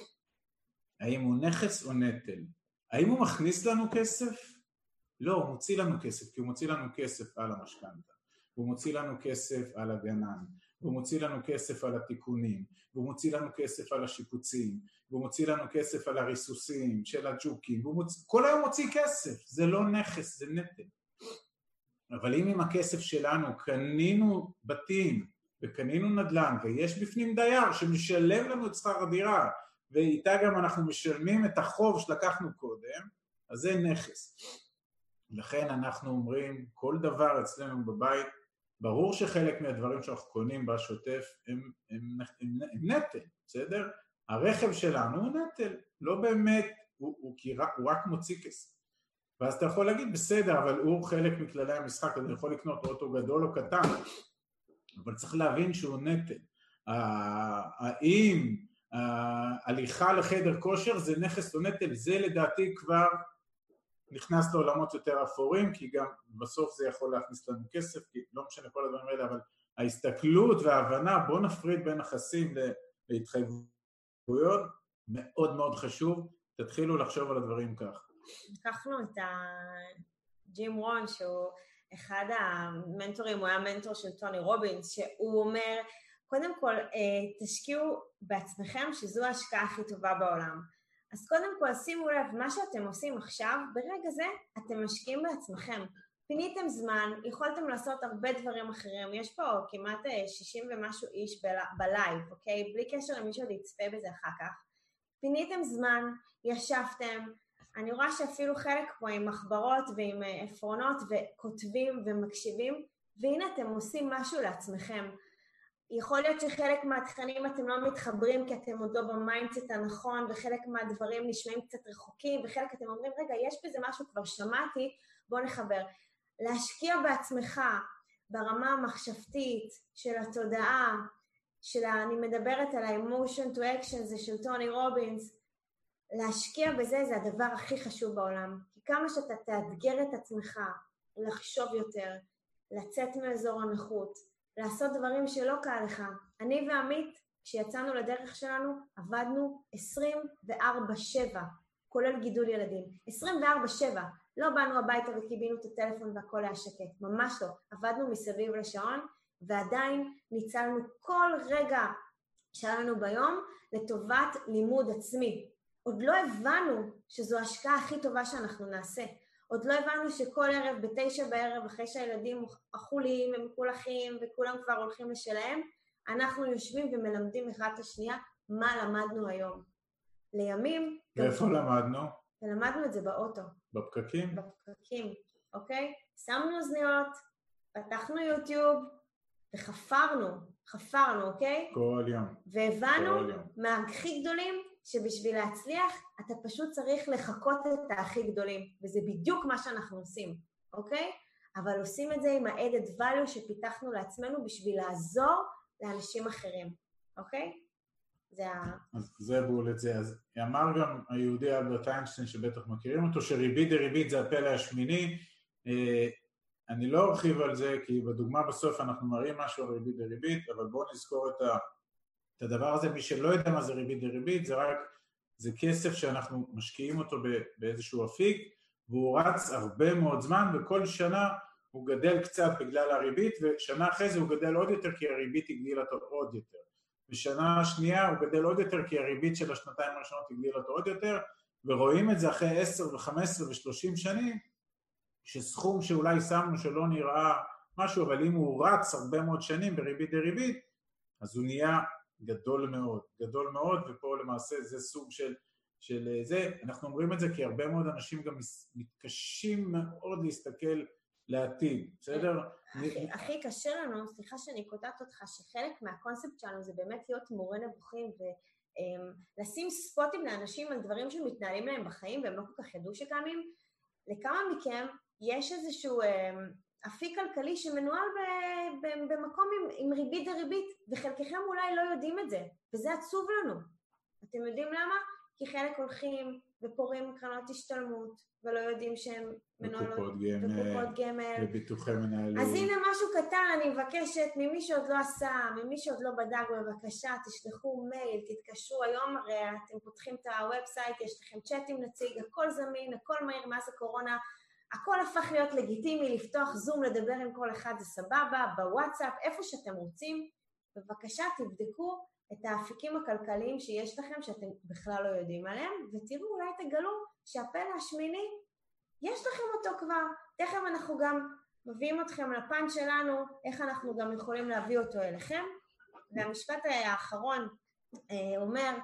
האם הוא נכס או נטל? האם הוא מכניס לנו כסף? לא, הוא מוציא לנו כסף, כי הוא מוציא לנו כסף על המשכנתה, הוא מוציא לנו כסף על הגנן, הוא מוציא לנו כסף על התיקונים, הוא מוציא לנו כסף על השיפוצים, הוא מוציא לנו כסף על הריסוסים של הג'וקים, מוצ... כל היום מוציא כסף, זה לא נכס, זה נטל. אבל אם עם הכסף שלנו קנינו בתים וקנינו נדל"ן ויש בפנים דייר שמשלם לנו את שכר הדירה, ואיתה גם אנחנו משלמים את החוב שלקחנו קודם, אז זה נכס. לכן אנחנו אומרים, כל דבר אצלנו בבית, ברור שחלק מהדברים שאנחנו קונים בשוטף הם, הם, הם, הם נטל, בסדר? הרכב שלנו הוא נטל, לא באמת, הוא, הוא, הוא, הוא רק מוציא כסף. ואז אתה יכול להגיד, בסדר, אבל הוא חלק מכללי המשחק, אתה יכול לקנות אוטו גדול או קטן, אבל צריך להבין שהוא נטל. האם ההליכה לחדר כושר זה נכס או נטל, זה לדעתי כבר נכנס לעולמות יותר אפורים, כי גם בסוף זה יכול להכניס לנו כסף, כי לא משנה כל הדברים האלה, אבל ההסתכלות וההבנה, בוא נפריד בין נכסים להתחייבויות, מאוד מאוד חשוב, תתחילו לחשוב על הדברים כך. לקחנו את ג'ים רון, שהוא אחד המנטורים, הוא היה מנטור של טוני רובינס, שהוא אומר, קודם כל, תשקיעו בעצמכם שזו ההשקעה הכי טובה בעולם. אז קודם כל, שימו לב, מה שאתם עושים עכשיו, ברגע זה אתם משקיעים בעצמכם. פיניתם זמן, יכולתם לעשות הרבה דברים אחרים, יש פה כמעט שישים ומשהו איש בלייב, אוקיי? בלי קשר למי שעוד יצפה בזה אחר כך. פיניתם זמן, ישבתם, אני רואה שאפילו חלק פה עם מחברות ועם עפרונות וכותבים ומקשיבים, והנה אתם עושים משהו לעצמכם. יכול להיות שחלק מהתכנים אתם לא מתחברים כי אתם עוד לא במיינדסט הנכון, וחלק מהדברים נשמעים קצת רחוקים, וחלק אתם אומרים, רגע, יש בזה משהו, כבר שמעתי, בואו נחבר. להשקיע בעצמך ברמה המחשבתית של התודעה, של אני מדברת על ה-emotion to action, זה של טוני רובינס, להשקיע בזה זה הדבר הכי חשוב בעולם. כי כמה שאתה תאתגר את עצמך, לחשוב יותר, לצאת מאזור הנוחות, לעשות דברים שלא קל לך. אני ועמית, כשיצאנו לדרך שלנו, עבדנו עשרים וארבע שבע, כולל גידול ילדים. עשרים וארבע שבע, לא באנו הביתה וקיבינו את הטלפון והכל היה שקט, ממש לא. עבדנו מסביב לשעון, ועדיין ניצלנו כל רגע שהיה לנו ביום לטובת לימוד עצמי. עוד לא הבנו שזו ההשקעה הכי טובה שאנחנו נעשה. עוד לא הבנו שכל ערב בתשע בערב, אחרי שהילדים אכולים, הם מקולחים וכולם כבר הולכים לשלהם, אנחנו יושבים ומלמדים אחד את השנייה מה למדנו היום. לימים... ואיפה למדנו? ולמדנו את זה באוטו. בפקקים? בפקקים, אוקיי? שמנו אוזניות, פתחנו יוטיוב וחפרנו, חפרנו, אוקיי? כל יום. והבנו מהכי גדולים שבשביל להצליח אתה פשוט צריך לחכות את הכי גדולים, וזה בדיוק מה שאנחנו עושים, אוקיי? אבל עושים את זה עם ה-added value שפיתחנו לעצמנו בשביל לעזור לאנשים אחרים, אוקיי? זה ה... אז זה בול את זה. אז אמר גם היהודי אלברט איינשטיין, שבטח מכירים אותו, שריבית דריבית זה הפלא השמיני. אני לא ארחיב על זה, כי בדוגמה בסוף אנחנו מראים משהו על ריבית דריבית, אבל בואו נזכור את, ה... את הדבר הזה. מי שלא יודע מה זה ריבית דריבית, זה רק, זה כסף שאנחנו משקיעים אותו באיזשהו אפיק, והוא רץ הרבה מאוד זמן, וכל שנה הוא גדל קצת בגלל הריבית, ושנה אחרי זה הוא גדל עוד יותר, כי הריבית הגדילה אותו עוד יותר. בשנה השנייה הוא גדל עוד יותר, כי הריבית של השנתיים הראשונות הגדילה אותו עוד יותר, ורואים את זה אחרי עשר וחמש עשרה ושלושים שנים, שסכום שאולי שמנו שלא נראה משהו, אבל אם הוא רץ הרבה מאוד שנים בריבית דריבית, אז הוא נהיה גדול מאוד, גדול מאוד, ופה למעשה זה סוג של, של זה. אנחנו אומרים את זה כי הרבה מאוד אנשים גם מתקשים מאוד להסתכל לעתיד, בסדר? הכי, הכי קשה לנו, סליחה שאני קוטעת אותך, שחלק מהקונספט שלנו זה באמת להיות מורה נבוכים ולשים ספוטים לאנשים על דברים שמתנהלים להם בחיים והם לא כל כך ידעו שקיימים. לכמה מכם יש איזשהו אפיק כלכלי שמנוהל במקום עם, עם ריבית דריבית, וחלקכם אולי לא יודעים את זה, וזה עצוב לנו. אתם יודעים למה? כי חלק הולכים ופורים קרנות השתלמות, ולא יודעים שהם מנוהלות, וקופות גמל, וביטוחי מנהלים. אז הנה משהו קטן, אני מבקשת, ממי שעוד לא עשה, ממי שעוד לא בדק, בבקשה, תשלחו מייל, תתקשרו, היום הרי אתם פותחים את הוובסייט, יש לכם צ'אט עם נציג, הכל זמין, הכל מהיר, מאז הקורונה, הכל הפך להיות לגיטימי, לפתוח זום, לדבר עם כל אחד, זה סבבה, בוואטסאפ, איפה שאתם רוצים, בבקשה תבדקו את האפיקים הכלכליים שיש לכם, שאתם בכלל לא יודעים עליהם, ותראו, אולי תגלו שהפלא השמיני, יש לכם אותו כבר, תכף אנחנו גם מביאים אתכם לפן שלנו, איך אנחנו גם יכולים להביא אותו אליכם, והמשפט האחרון אומר,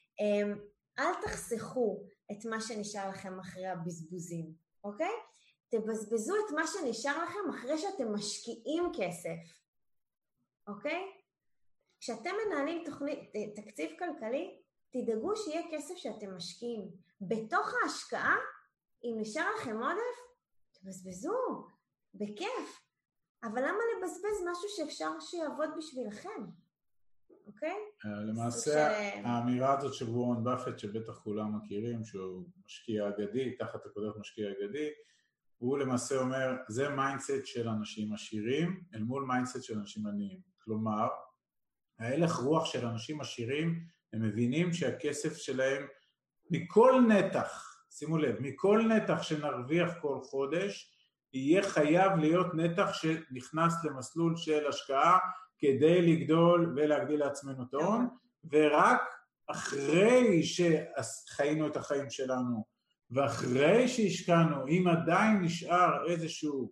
אל תחסכו את מה שנשאר לכם אחרי הבזבוזים, אוקיי? תבזבזו את מה שנשאר לכם אחרי שאתם משקיעים כסף, אוקיי? כשאתם מנהלים תוכנית, תקציב כלכלי, תדאגו שיהיה כסף שאתם משקיעים. בתוך ההשקעה, אם נשאר לכם עודף, תבזבזו, בכיף. אבל למה לבזבז משהו שאפשר שיעבוד בשבילכם? אוקיי? למעשה, ש... האמירה הזאת של וורן באפט, שבטח כולם מכירים, שהוא משקיע אגדי, תחת הכותרת משקיע אגדי, הוא למעשה אומר, זה מיינדסט של אנשים עשירים, אל מול מיינדסט של אנשים עניים. כלומר, ההלך רוח של אנשים עשירים, הם מבינים שהכסף שלהם, מכל נתח, שימו לב, מכל נתח שנרוויח כל חודש, יהיה חייב להיות נתח שנכנס למסלול של השקעה, כדי לגדול ולהגדיל לעצמנו את ההון, ורק אחרי שחיינו את החיים שלנו, ואחרי שהשקענו, אם עדיין נשאר איזשהו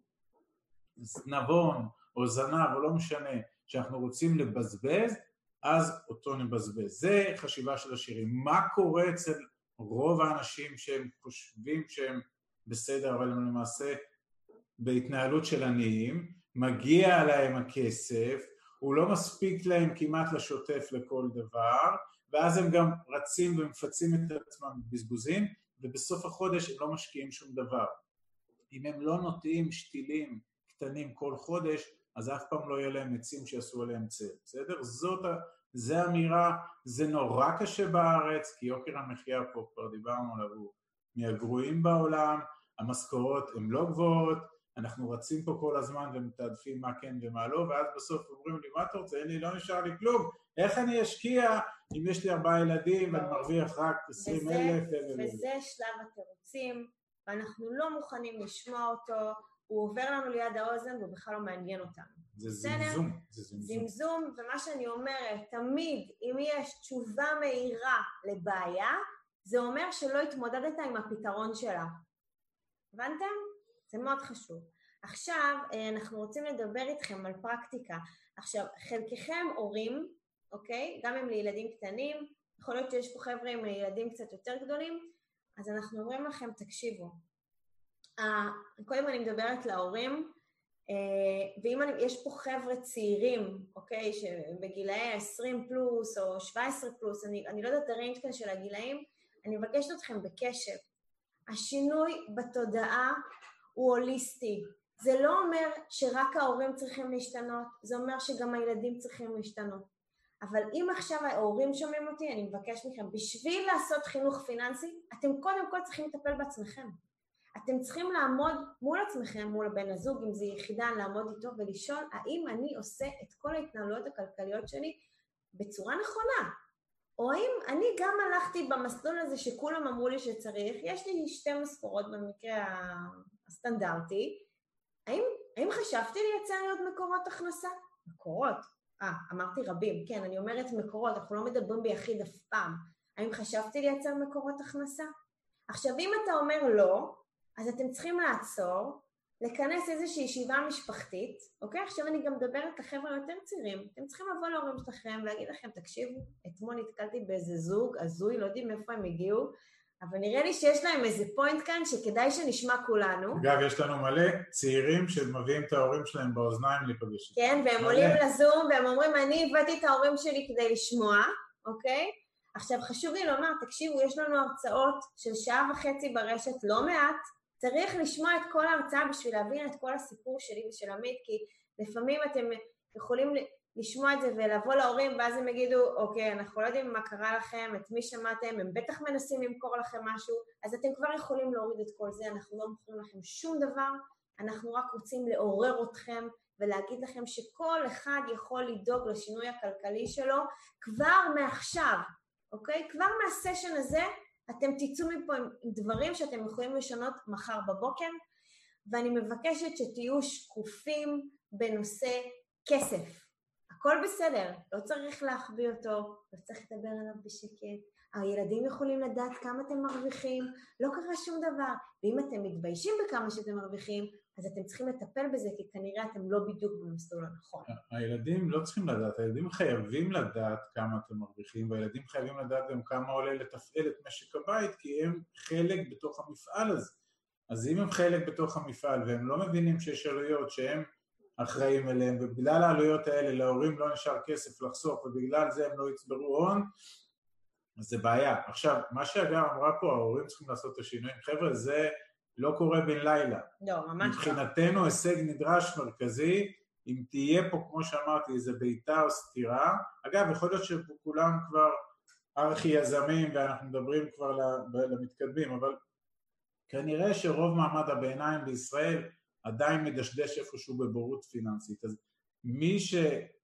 נבון או זנב או לא משנה, שאנחנו רוצים לבזבז, אז אותו נבזבז. זה חשיבה של עשירים. מה קורה אצל רוב האנשים שהם חושבים שהם בסדר, אבל הם למעשה בהתנהלות של עניים, מגיע להם הכסף, הוא לא מספיק להם כמעט לשוטף לכל דבר, ואז הם גם רצים ומפצים את עצמם בזבוזים, ובסוף החודש הם לא משקיעים שום דבר. אם הם לא נוטעים שתילים קטנים כל חודש, אז אף פעם לא יהיה להם עצים שיעשו עליהם צל, בסדר? זאת, זה אמירה, זה נורא קשה בארץ, כי יוקר המחיה פה, כבר דיברנו עליו, הוא מהגרועים בעולם, המשכורות הן לא גבוהות, אנחנו רצים פה כל הזמן ומתעדפים מה כן ומה לא, ואז בסוף אומרים לי, מה אתה רוצה? אין לי, לא נשאר לי כלום, איך אני אשקיע אם יש לי ארבעה ילדים ואני מרוויח רק עשרים אלף? וזה שלב התירוצים, ואנחנו לא מוכנים לשמוע אותו, הוא עובר לנו ליד האוזן והוא בכלל לא מעניין אותנו. זה זמזום. זה זמזום. זמזום, ומה שאני אומרת, תמיד אם יש תשובה מהירה לבעיה, זה אומר שלא התמודדת עם הפתרון שלה. הבנתם? זה מאוד חשוב. עכשיו אנחנו רוצים לדבר איתכם על פרקטיקה. עכשיו, חלקכם הורים, אוקיי? גם הם לילדים קטנים, יכול להיות שיש פה חבר'ה עם ילדים קצת יותר גדולים, אז אנחנו אומרים לכם, תקשיבו. קודם אני מדברת להורים, ואם יש פה חבר'ה צעירים, אוקיי, שבגילאי עשרים פלוס או שבע עשרה פלוס, אני, אני לא יודעת את הריינג' כאן של הגילאים, אני מבקשת אתכם בקשב. השינוי בתודעה הוא הוליסטי. זה לא אומר שרק ההורים צריכים להשתנות, זה אומר שגם הילדים צריכים להשתנות. אבל אם עכשיו ההורים שומעים אותי, אני מבקש מכם, בשביל לעשות חינוך פיננסי, אתם קודם כל צריכים לטפל בעצמכם. אתם צריכים לעמוד מול עצמכם, מול הבן הזוג, אם זה יחידה, לעמוד איתו ולשאול, האם אני עושה את כל ההתנהלויות הכלכליות שלי בצורה נכונה? או האם אני גם הלכתי במסלול הזה שכולם אמרו לי שצריך, יש לי שתי משכורות במקרה הסטנדרטי, האם, האם חשבתי לייצר לי עוד מקורות הכנסה? מקורות? אה, אמרתי רבים, כן, אני אומרת מקורות, אנחנו לא מדברים ביחיד אף פעם. האם חשבתי לייצר מקורות הכנסה? עכשיו, אם אתה אומר לא, אז אתם צריכים לעצור, לכנס איזושהי ישיבה משפחתית, אוקיי? עכשיו אני גם מדברת לחבר'ה יותר צעירים, אתם צריכים לבוא להורים שלכם ולהגיד לכם, תקשיבו, אתמול נתקלתי באיזה זוג, הזוי, לא יודעים מאיפה הם הגיעו, אבל נראה לי שיש להם איזה פוינט כאן שכדאי שנשמע כולנו. אגב, יש לנו מלא צעירים שמביאים את ההורים שלהם באוזניים להיפגש. כן, והם מלא. עולים לזום והם אומרים, אני הבאתי את ההורים שלי כדי לשמוע, אוקיי? עכשיו חשוב לי לומר, תקשיבו, יש לנו הרצאות של שעה וחצי ברשת, לא מעט, צריך לשמוע את כל ההרצאה בשביל להבין את כל הסיפור שלי ושל עמית, כי לפעמים אתם יכולים לשמוע את זה ולבוא להורים, ואז הם יגידו, אוקיי, אנחנו לא יודעים מה קרה לכם, את מי שמעתם, הם בטח מנסים למכור לכם משהו, אז אתם כבר יכולים להוריד את כל זה, אנחנו לא מוכרים לכם שום דבר, אנחנו רק רוצים לעורר אתכם, ולהגיד לכם שכל אחד יכול לדאוג לשינוי הכלכלי שלו, כבר מעכשיו, אוקיי? כבר מהסשן הזה, אתם תצאו מפה עם דברים שאתם יכולים לשנות מחר בבוקר, ואני מבקשת שתהיו שקופים בנושא כסף. הכל בסדר, לא צריך להחביא אותו, לא צריך לדבר עליו בשקט. הילדים יכולים לדעת כמה אתם מרוויחים, לא קרה שום דבר. ואם אתם מתביישים בכמה שאתם מרוויחים, אז אתם צריכים לטפל בזה, כי כנראה אתם לא בדיוק במסלול הנכון. הילדים לא צריכים לדעת, הילדים חייבים לדעת כמה אתם מרוויחים, והילדים חייבים לדעת גם כמה עולה לתפעל את משק הבית, כי הם חלק בתוך המפעל הזה. אז אם הם חלק בתוך המפעל, והם לא מבינים שיש עלויות שהם אחראים אליהם, ובגלל העלויות האלה להורים לא נשאר כסף לחסוך, ובגלל זה הם לא יצברו הון, אז זה בעיה. עכשיו, מה שאגב אמרה פה, ההורים צריכים לעשות את השינויים. חבר'ה, זה לא קורה בין לילה. לא, ממש לא. מבחינתנו, הישג נדרש מרכזי, אם תהיה פה, כמו שאמרתי, איזה ביתה או סתירה. אגב, יכול להיות שכולם כבר ארכי יזמים, ואנחנו מדברים כבר למתקדמים, אבל כנראה שרוב מעמד הביניים בישראל עדיין מדשדש איפשהו בבורות פיננסית. אז מי ש...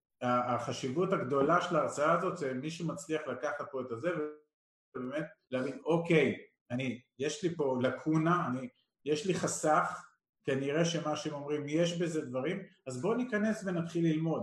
החשיבות הגדולה של ההרצאה הזאת זה מי שמצליח לקחת פה את הזה ובאמת להבין, אוקיי, אני, יש לי פה לקונה, אני, יש לי חסך, כנראה שמה שהם אומרים, יש בזה דברים, אז בואו ניכנס ונתחיל ללמוד.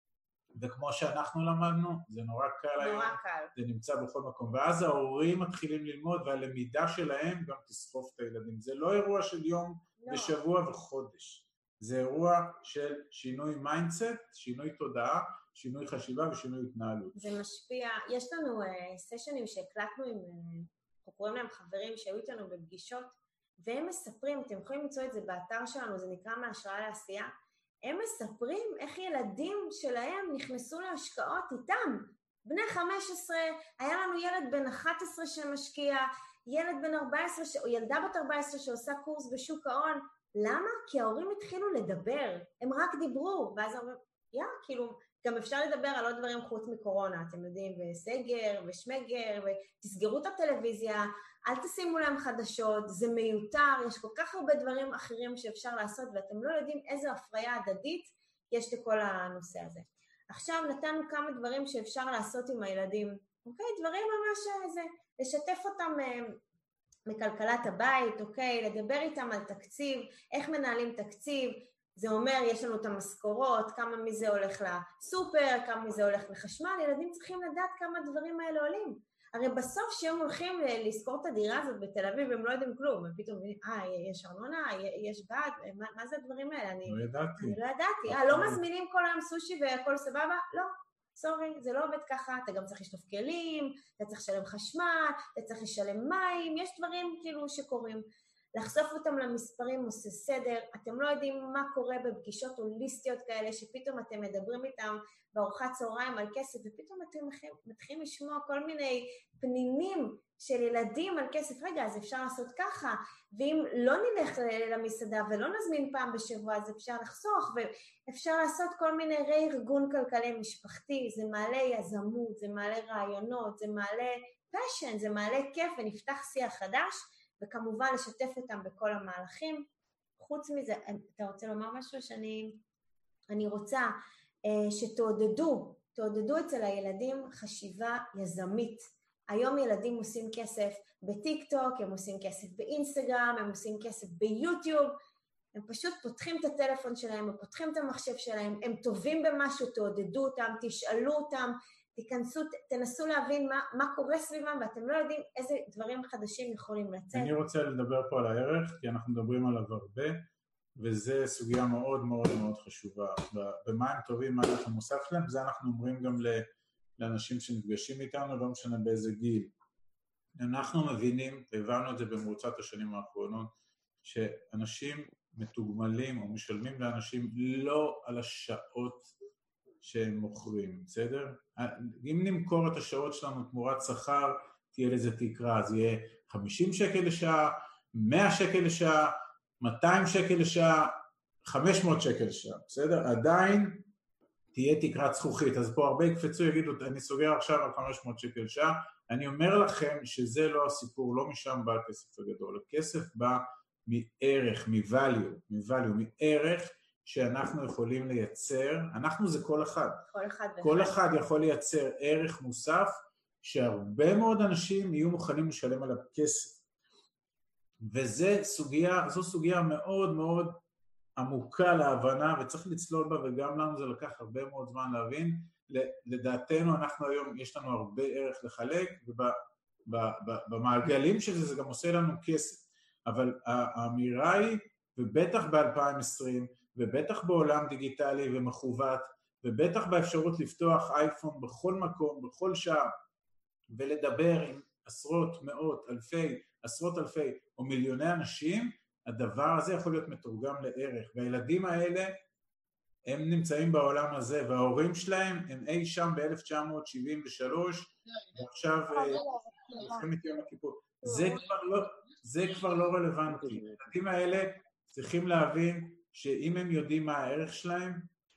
וכמו שאנחנו למדנו, זה נורא קל נורא היום, קל. זה נמצא בכל מקום, ואז ההורים מתחילים ללמוד והלמידה שלהם גם תסחוף את הילדים. זה לא אירוע של יום לא. בשבוע וחודש. זה אירוע של שינוי מיינדסט, שינוי תודעה, שינוי חשיבה ושינוי התנהלות. זה משפיע, יש לנו uh, סשנים שהקלטנו עם, אנחנו uh, קוראים להם חברים שהיו איתנו בפגישות, והם מספרים, אתם יכולים למצוא את זה באתר שלנו, זה נקרא מהשראה לעשייה, הם מספרים איך ילדים שלהם נכנסו להשקעות איתם. בני חמש עשרה, היה לנו ילד בן אחת עשרה שמשקיע, ילד בן ארבע עשרה, ש... או ילדה בת ארבע עשרה שעושה קורס בשוק ההון, למה? כי ההורים התחילו לדבר, הם רק דיברו, ואז ההורים, יא, כאילו, גם אפשר לדבר על עוד דברים חוץ מקורונה, אתם יודעים, וסגר, ושמגר, ותסגרו את הטלוויזיה, אל תשימו להם חדשות, זה מיותר, יש כל כך הרבה דברים אחרים שאפשר לעשות, ואתם לא יודעים איזו הפריה הדדית יש לכל הנושא הזה. עכשיו נתנו כמה דברים שאפשר לעשות עם הילדים, אוקיי? דברים ממש זה, לשתף אותם מכלכלת הבית, אוקיי, לדבר איתם על תקציב, איך מנהלים תקציב, זה אומר, יש לנו את המשכורות, כמה מזה הולך לסופר, כמה מזה הולך לחשמל, ילדים צריכים לדעת כמה הדברים האלה עולים. הרי בסוף שהם הולכים לזכור את הדירה הזאת בתל אביב, הם לא יודעים כלום, הם פתאום מבינים, אה, יש ארנונה, יש גד, מה, מה זה הדברים האלה? אני לא ידעתי. אני לא ידעתי, אה, לא מזמינים כל היום סושי והכל סבבה? לא. סורי, זה לא עובד ככה, אתה גם צריך לשטוף כלים, אתה צריך לשלם חשמל, אתה צריך לשלם מים, יש דברים כאילו שקורים. לחשוף אותם למספרים עושה סדר, אתם לא יודעים מה קורה בפגישות הוליסטיות כאלה, שפתאום אתם מדברים איתם בארוחת צהריים על כסף, ופתאום אתם מתחילים לשמוע כל מיני פנינים של ילדים על כסף. רגע, אז אפשר לעשות ככה, ואם לא נלך למסעדה ולא נזמין פעם בשבוע, אז אפשר לחסוך, ואפשר לעשות כל מיני רה-ארגון כלכלי משפחתי, זה מעלה יזמות, זה מעלה רעיונות, זה מעלה פשן, זה מעלה כיף, ונפתח שיח חדש, וכמובן לשתף אותם בכל המהלכים. חוץ מזה, אתה רוצה לומר משהו שאני אני רוצה אה, שתעודדו, תעודדו אצל הילדים חשיבה יזמית. היום ילדים עושים כסף בטיק טוק, הם עושים כסף באינסטגרם, הם עושים כסף ביוטיוב, הם פשוט פותחים את הטלפון שלהם, הם פותחים את המחשב שלהם, הם טובים במשהו, תעודדו אותם, תשאלו אותם, תיכנסו, תנסו להבין מה, מה קורה סביבם, ואתם לא יודעים איזה דברים חדשים יכולים לצאת. אני רוצה לדבר פה על הערך, כי אנחנו מדברים עליו הרבה, וזה סוגיה מאוד מאוד מאוד חשובה. במה הם טובים, מה אנחנו מוסף להם, זה אנחנו אומרים גם לאנשים שנפגשים איתנו, לא משנה באיזה גיל. אנחנו מבינים, והבנו את זה במרוצת השנים האחרונות, שאנשים מתוגמלים או משלמים לאנשים לא על השעות שהם מוכרים, בסדר? אם נמכור את השעות שלנו תמורת שכר, תהיה לזה תקרה, אז יהיה חמישים שקל לשעה, מאה שקל לשעה, מאתיים שקל לשעה, חמש מאות שקל לשעה, בסדר? עדיין תהיה תקרת זכוכית, אז פה הרבה יקפצו, יגידו, אני סוגר עכשיו על חמש מאות שקל לשעה, אני אומר לכם שזה לא הסיפור, לא משם בא הכסף הגדול, הכסף בא מערך, מ-value, מ-value, מערך, שאנחנו יכולים לייצר, אנחנו זה כל אחד. כל אחד. כל אחד יכול לייצר ערך מוסף, שהרבה מאוד אנשים יהיו מוכנים לשלם עליו כסף. וזו סוגיה, זו סוגיה מאוד מאוד עמוקה להבנה, וצריך לצלול בה, וגם לנו זה לקח הרבה מאוד זמן להבין. לדעתנו, אנחנו היום, יש לנו הרבה ערך לחלק, ובמעגלים של זה, זה גם עושה לנו כסף. אבל האמירה היא, ובטח ב-אלפיים ועשרים, ובטח בעולם דיגיטלי ומכוות, ובטח באפשרות לפתוח אייפון בכל מקום, בכל שעה, ולדבר עם עשרות, מאות, אלפי, עשרות אלפי או מיליוני אנשים, הדבר הזה יכול להיות מתורגם לערך. והילדים האלה, הם נמצאים בעולם הזה, וההורים שלהם הם אי שם ב-אלף תשע מאות שבעים ושלוש, ועכשיו מלחמת יום הכיפור. זה כבר לא, זה כבר לא רלוונטי. הילדים האלה צריכים להבין שאם הם יודעים מה הערך שלהם,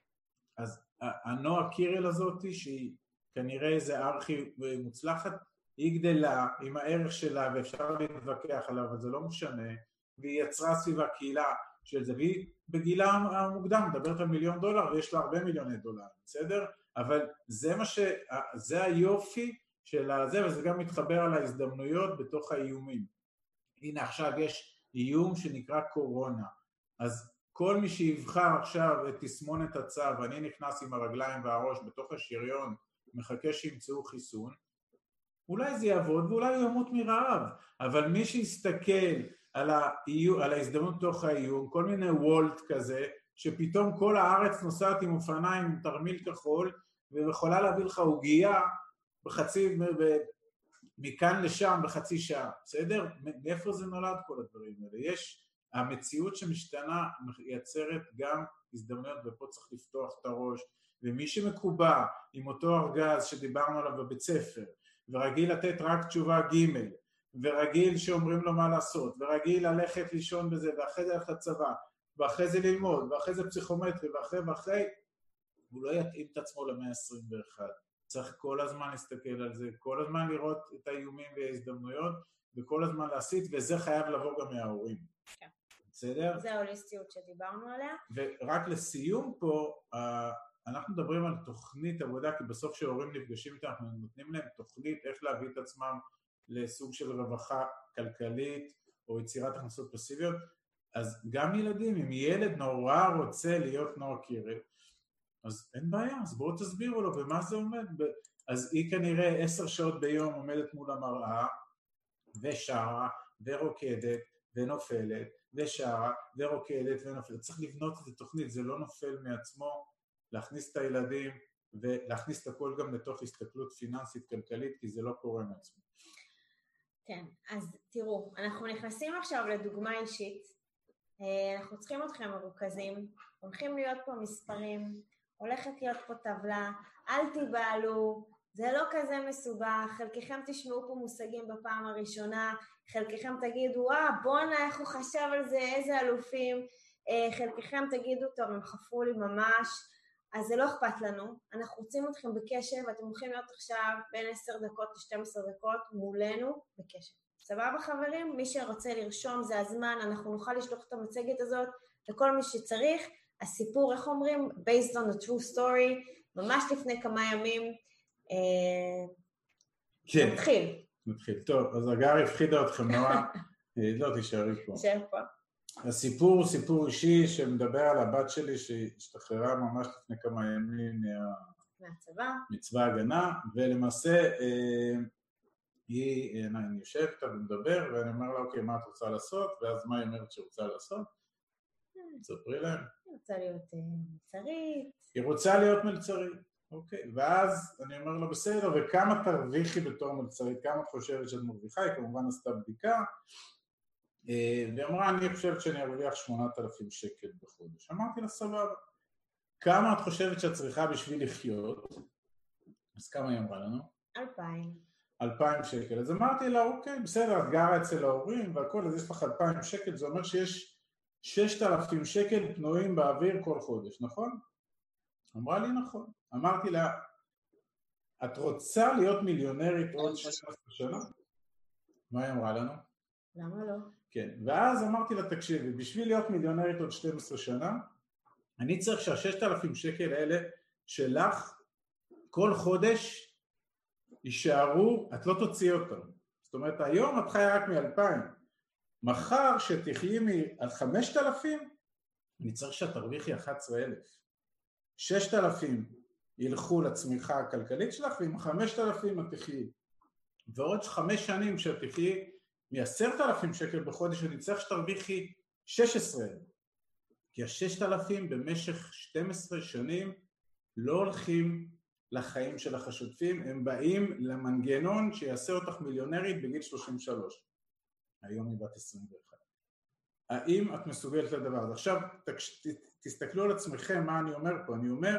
אז הנועה קירל הזאת, שהיא כנראה איזה ארכי מוצלחת, היא גדלה עם הערך שלה, ואפשר להתווכח עליו, אבל זה לא משנה, והיא יצרה סביבה קהילה של זה, והיא בגילה המוקדם, מדברת על מיליון דולר, ויש לה הרבה מיליוני דולר, בסדר? אבל זה מה ש... זה היופי של הזה, וזה גם מתחבר על ההזדמנויות בתוך האיומים. הנה עכשיו יש איום שנקרא קורונה, אז כל מי שיבחר עכשיו את תסמונת הצו, ואני נכנס עם הרגליים והראש בתוך השריון, מחכה שימצאו חיסון, אולי זה יעבוד ואולי הוא ימות מרעב, אבל מי שיסתכל על, האיום, על ההזדמנות תוך האיום, כל מיני וולט כזה, שפתאום כל הארץ נוסעת עם אופניים, עם תרמיל כחול, ויכולה להביא לך הוגייה בחצי, ב, מכאן לשם בחצי שעה, בסדר? מאיפה זה נולד כל הדברים האלה? יש... המציאות שמשתנה מייצרת גם הזדמנויות, ופה צריך לפתוח את הראש, ומי שמקובע עם אותו ארגז שדיברנו עליו בבית ספר, ורגיל לתת רק תשובה ג' ורגיל שאומרים לו מה לעשות, ורגיל ללכת לישון בזה, ואחרי זה ללכת לצבא, ואחרי זה ללמוד, ואחרי זה פסיכומטרי, ואחרי ואחרי, הוא לא יתאים את עצמו למאה ה-עשרים ואחת. צריך כל הזמן להסתכל על זה, כל הזמן לראות את האיומים וההזדמנויות, וכל הזמן להסיט, וזה חייב לבוא גם מההורים. כן. בסדר? זה ההוליסטיות שדיברנו עליה. ורק לסיום פה, אנחנו מדברים על תוכנית עבודה, כי בסוף שההורים נפגשים איתם, אנחנו נותנים להם תוכנית איך להביא את עצמם לסוג של רווחה כלכלית או יצירת הכנסות פסיביות, אז גם ילדים, אם ילד נורא רוצה להיות נועה קירל, אז אין בעיה, אז בואו תסבירו לו במה זה עומד. אז היא כנראה עשר שעות ביום עומדת מול המראה, ושרה, ורוקדת, ונופלת, ושרה, ורוקדת, ונופלת. צריך לבנות את התוכנית, זה לא נופל מעצמו, להכניס את הילדים, ולהכניס את הכל גם לתוך הסתכלות פיננסית כלכלית, כי זה לא קורה מעצמו. כן, אז תראו, אנחנו נכנסים עכשיו לדוגמה אישית, אנחנו צריכים אתכם מרוכזים, הולכים להיות פה מספרים, הולכת להיות פה טבלה, אל תיבעלו, זה לא כזה מסובך, חלקכם תשמעו פה מושגים בפעם הראשונה, חלקכם תגידו, וואה, בונה, איך הוא חשב על זה, איזה אלופים, חלקכם תגידו, טוב, הם חפרו לי ממש, אז זה לא אכפת לנו, אנחנו רוצים אתכם בקשב, ואתם הולכים להיות עכשיו בין עשר דקות ל-שתים עשרה דקות מולנו בקשב. סבבה חברים? מי שרוצה לרשום זה הזמן, אנחנו נוכל לשלוח את המצגת הזאת לכל מי שצריך, הסיפור, איך אומרים? Based on the true story, ממש לפני כמה ימים, כן. נתחיל. נתחיל, טוב, אז הגר הפחידה אתכם נועה, לא תישארי פה. תישאר פה. הסיפור הוא סיפור אישי שמדבר על הבת שלי שהשתחררה ממש לפני כמה ימים מהצבא. מצבא הגנה, ולמעשה היא, אני יושב איתה ומדבר, ואני אומר לה, אוקיי, מה את רוצה לעשות? ואז מה היא אומרת שרוצה לעשות? תספרי להם. היא רוצה להיות מלצרית. היא רוצה להיות מלצרית, אוקיי. ואז אני אומר לה, בסדר, וכמה תרוויחי בתור מלצרית? כמה את חושבת שאת מרוויחה? היא כמובן עשתה בדיקה. והיא אמרה, אני חושבת שאני ארוויח שמונת אלפים שקל בחודש. אמרתי לה, סבבה. כמה את חושבת שאת צריכה בשביל לחיות? אז כמה היא אמרה לנו? אלפיים. אלפיים שקל. אז אמרתי לה, אוקיי, בסדר, את גרה אצל ההורים והכל, אז יש לך אלפיים שקל, זה אומר שיש ששת אלפים שקל פנויים באוויר כל חודש, נכון? אמרה לי, נכון. אמרתי לה, את רוצה להיות מיליונרית עוד שש עשרה שנה? מה היא אמרה לנו? למה לא? כן, ואז אמרתי לה, תקשיבי, בשביל להיות מיליונרית עוד שתים עשרה שנה, אני צריך שהששת אלפים שקל האלה שלך כל חודש יישארו, את לא תוציא אותם. זאת אומרת, היום את חיה רק מ-אלפיים. מחר שתחיי מ-חמשת אלפים, אני צריך שתרוויחי אחת עשרה אלף. ששת אלפים ילכו לצמיחה הכלכלית שלך, ועם חמשת אלפים את תחיי. ועוד חמש שנים שאת תחיי מ-עשרת אלפים שקל בחודש, אני צריך שתרוויחי שש עשרה אלף. כי ה-ששת אלפים במשך שתים עשרה שנים לא הולכים לחיים שלך השוטפים, הם באים למנגנון שיעשה אותך מיליונרית בגיל שלושים ושלוש. היום היא בת עשרים ואחת. האם את מסוגלת לדבר הזה? עכשיו תסתכלו על עצמכם מה אני אומר פה. אני אומר,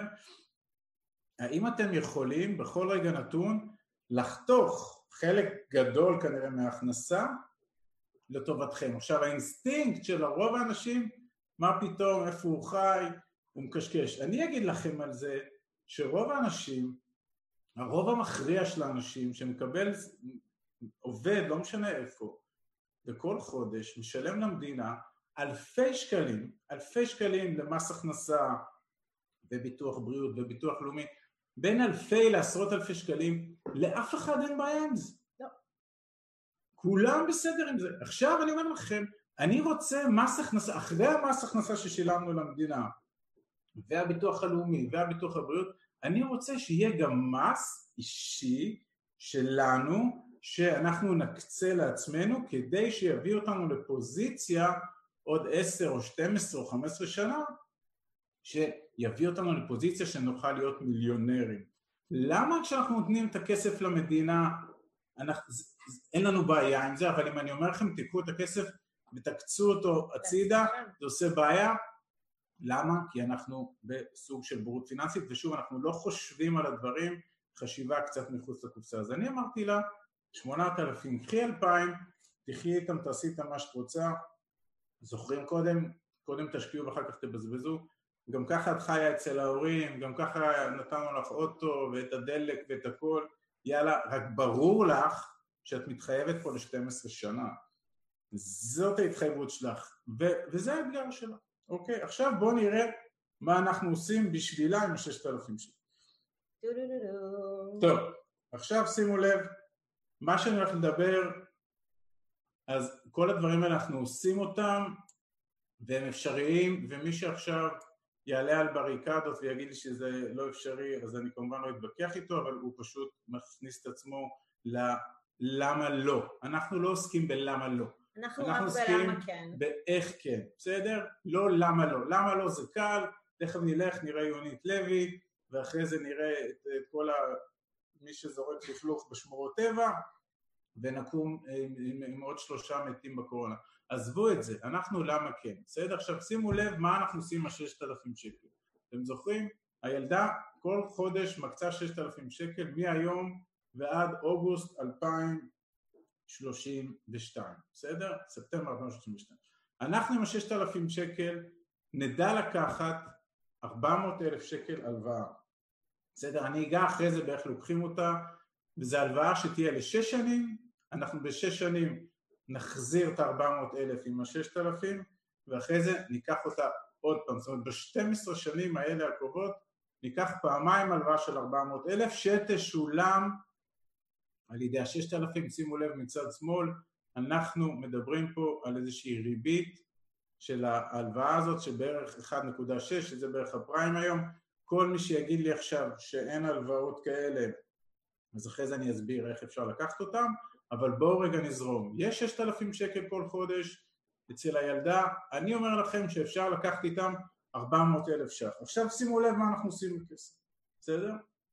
האם אתם יכולים בכל רגע נתון לחתוך חלק גדול כנראה מההכנסה לטובתכם? עכשיו האינסטינקט של הרוב האנשים, מה פתאום, איפה הוא חי, הוא מקשקש. אני אגיד לכם על זה, שרוב האנשים, הרוב המכריע של האנשים שמקבל עובד, לא משנה איפה, בכל חודש משלם למדינה אלפי שקלים, אלפי שקלים למס הכנסה וביטוח בריאות וביטוח לאומי, בין אלפי לעשרות אלפי שקלים, לאף אחד אין בעיה עם זה. לא. כולם בסדר עם זה. עכשיו אני אומר לכם, אני רוצה מס הכנסה, אחרי המס הכנסה ששילמנו למדינה, והביטוח הלאומי והביטוח הבריאות, אני רוצה שיהיה גם מס אישי שלנו, שאנחנו נקצה לעצמנו, כדי שיביא אותנו לפוזיציה עוד עשר או שתים עשרה או חמש עשרה שנה, שיביא אותנו לפוזיציה שנוכל להיות מיליונרים. למה כשאנחנו נותנים את הכסף למדינה, אנחנו, אין לנו בעיה עם זה, אבל אם אני אומר לכם, תיקחו את הכסף ותקצו אותו הצידה, זה עושה בעיה. למה? כי אנחנו בסוג של בורות פיננסית, ושוב, אנחנו לא חושבים על הדברים, חשיבה קצת מחוץ לקופסה. אז אני אמרתי לה, שמונת אלפים, קחי אלפיים, תחי איתם, תעשי איתם מה שאת רוצה, זוכרים קודם, קודם תשקיעו ואחר כך תבזבזו, גם ככה את חיה אצל ההורים, גם ככה נתנו לך אוטו ואת הדלק ואת הכל, יאללה, רק ברור לך שאת מתחייבת פה ל-שתים עשרה שנה, זאת ההתחייבות שלך, ו- וזה האתגר שלה. אוקיי, עכשיו בואו נראה מה אנחנו עושים בשבילה עם ה-ששת אלפים שלה. טוב, עכשיו שימו לב, מה שאני הולך לדבר, אז כל הדברים האלה אנחנו עושים אותם, והם אפשריים, ומי שעכשיו יעלה על בריקדות ויגיד לי שזה לא אפשרי, אז אני כמובן לא אתווכח איתו, אבל הוא פשוט מכניס את עצמו ללמה לא. אנחנו לא עוסקים בלמה לא. אנחנו, אנחנו רק בלמה כן. באיך כן, בסדר? לא למה לא. למה לא זה קל, תכף נלך, נראה יונית לוי, ואחרי זה נראה את, את כל ה... מי שזורק לכלוך בשמורות טבע, ונקום עם, עם, עם עוד שלושה מתים בקורונה. עזבו את זה, אנחנו למה כן, בסדר? עכשיו שימו לב מה אנחנו עושים עם ה-ששת אלפים שקל. אתם זוכרים? הילדה כל חודש מקצה ששת אלפים שקל מהיום ועד אוגוסט אלפיים שלושים ושתיים, בסדר? ספטמבר אלפיים שלושים ושתיים. אנחנו עם ה-ששת אלפים שקל נדע לקחת ארבע מאות אלף שקל הלוואה. בסדר? אני אגע אחרי זה באיך לוקחים אותה, וזו הלוואה שתהיה לשש שנים, אנחנו בשש שנים נחזיר את ה-ארבע מאות אלף עם ה-ששת אלפים, ואחרי זה ניקח אותה עוד פעם, זאת אומרת ב-שתים עשרה שנים האלה הקרובות, ניקח פעמיים הלוואה של ארבע מאות אלף, שתשולם על ידי ה-ששת אלפים, שימו לב מצד שמאל, אנחנו מדברים פה על איזושהי ריבית של ההלוואה הזאת, שבערך אחת נקודה שש, שזה בערך הפריים היום, כל מי שיגיד לי עכשיו שאין הלוואות כאלה, אז אחרי זה אני אסביר איך אפשר לקחת אותם, אבל בואו רגע נזרום. יש ששת אלפים שקל כל חודש אצל הילדה, אני אומר לכם שאפשר לקחת איתם ארבע מאות אלף ש"ח. עכשיו שימו לב מה אנחנו עושים בכסף, בסדר?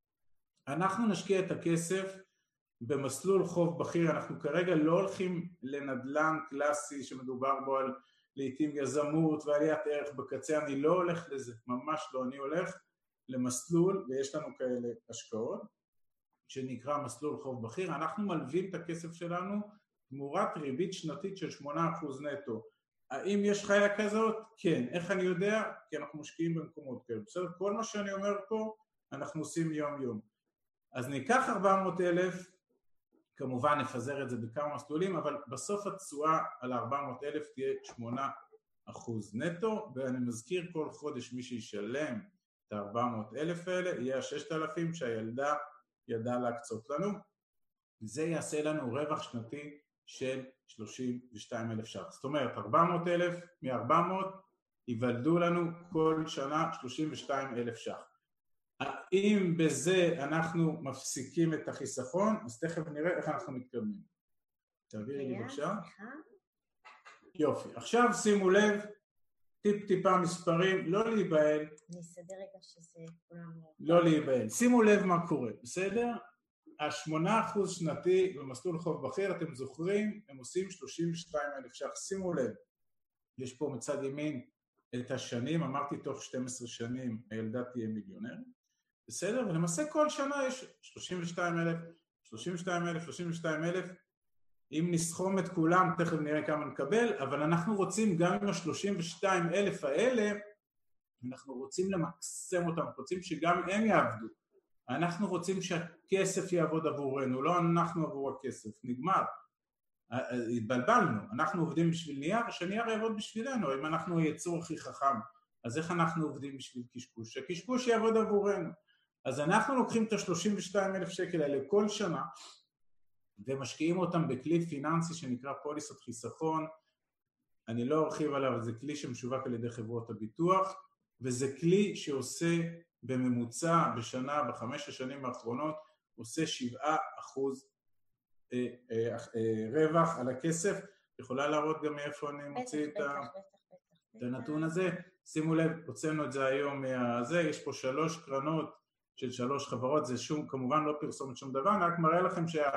אנחנו נשקיע את הכסף במסלול חוב בכיר, אנחנו כרגע לא הולכים לנדל"ן קלאסי שמדובר בו על לעתים יזמות ועליית ערך בקצה, אני לא הולך לזה, ממש לא, אני הולך למסלול, ויש לנו כאלה השקעות, שנקרא מסלול חוב בכיר, אנחנו מלווים את הכסף שלנו תמורת ריבית שנתית של שמונה אחוז נטו. האם יש חיה כזאת? כן. איך אני יודע? כי אנחנו משקיעים במקומות כאלה. בסדר? כל מה שאני אומר פה, אנחנו עושים יום יום. אז ניקח ארבע מאות אלף, כמובן נפזר את זה בכמה מסלולים, אבל בסוף התשואה על ארבע מאות אלף תהיה שמונה אחוז נטו, ואני מזכיר כל חודש מי שישלם את ארבע מאות אלף האלה, יהיה ה-ששת אלפים שהילדה ידע להקצות לנו, זה יעשה לנו רווח שנתי של שלושים ושתיים אלף ש"ח. זאת אומרת, ארבע מאות אלף מ-ארבע מאות ייוולדו לנו כל שנה שלושים ושתיים אלף ש"ח. האם בזה אנחנו מפסיקים את החיסכון? אז תכף נראה איך אנחנו מתקדמים. תעבירי לי בבקשה. יופי. עכשיו שימו לב, טיפ טיפה מספרים, לא להיבהל. אני אסדר רגע שזה כולם... לא להיבהל. שימו לב מה קורה, בסדר? ה-שמונה אחוז שנתי במסלול חוב בכיר, אתם זוכרים, הם עושים שלושים ושתיים אלף ש"ח. שימו לב, יש פה מצד ימין את השנים, אמרתי תוך שתים עשרה שנים הילדה תהיה מיליונר, בסדר? ולמעשה כל שנה יש שלושים ושתיים אלף, שלושים ושתיים אלף, שלושים ושתיים אלף, אם נסכום את כולם, תכף נראה כמה נקבל, אבל אנחנו רוצים גם עם ה-שלושים ושתיים אלף האלה, אנחנו רוצים למקסם אותם, רוצים שגם הם יעבדו. אנחנו רוצים שהכסף יעבוד עבורנו, לא אנחנו עבור הכסף, נגמר. התבלבלנו, אנחנו עובדים בשביל נייר, שנייר יעבוד בשבילנו, אם אנחנו היצור הכי חכם, אז איך אנחנו עובדים בשביל קשקוש? שהקשקוש יעבוד עבורנו. אז אנחנו לוקחים את ה-שלושים ושתיים אלף שקל האלה כל שנה, ומשקיעים אותם בכלי פיננסי שנקרא פוליסת חיסכון, אני לא ארחיב עליו, זה כלי שמשווק על ידי חברות הביטוח, וזה כלי שעושה בממוצע בשנה, בחמש השנים האחרונות, עושה שבעה אחוז אה, אה, אה, רווח על הכסף, יכולה להראות גם מאיפה אני מוציא את, ה... את הנתון הזה, שימו לב, הוצאנו את זה היום מהזה, יש פה שלוש קרנות של שלוש חברות, זה שום, כמובן לא פרסומת שום דבר, אני רק מראה לכם שה...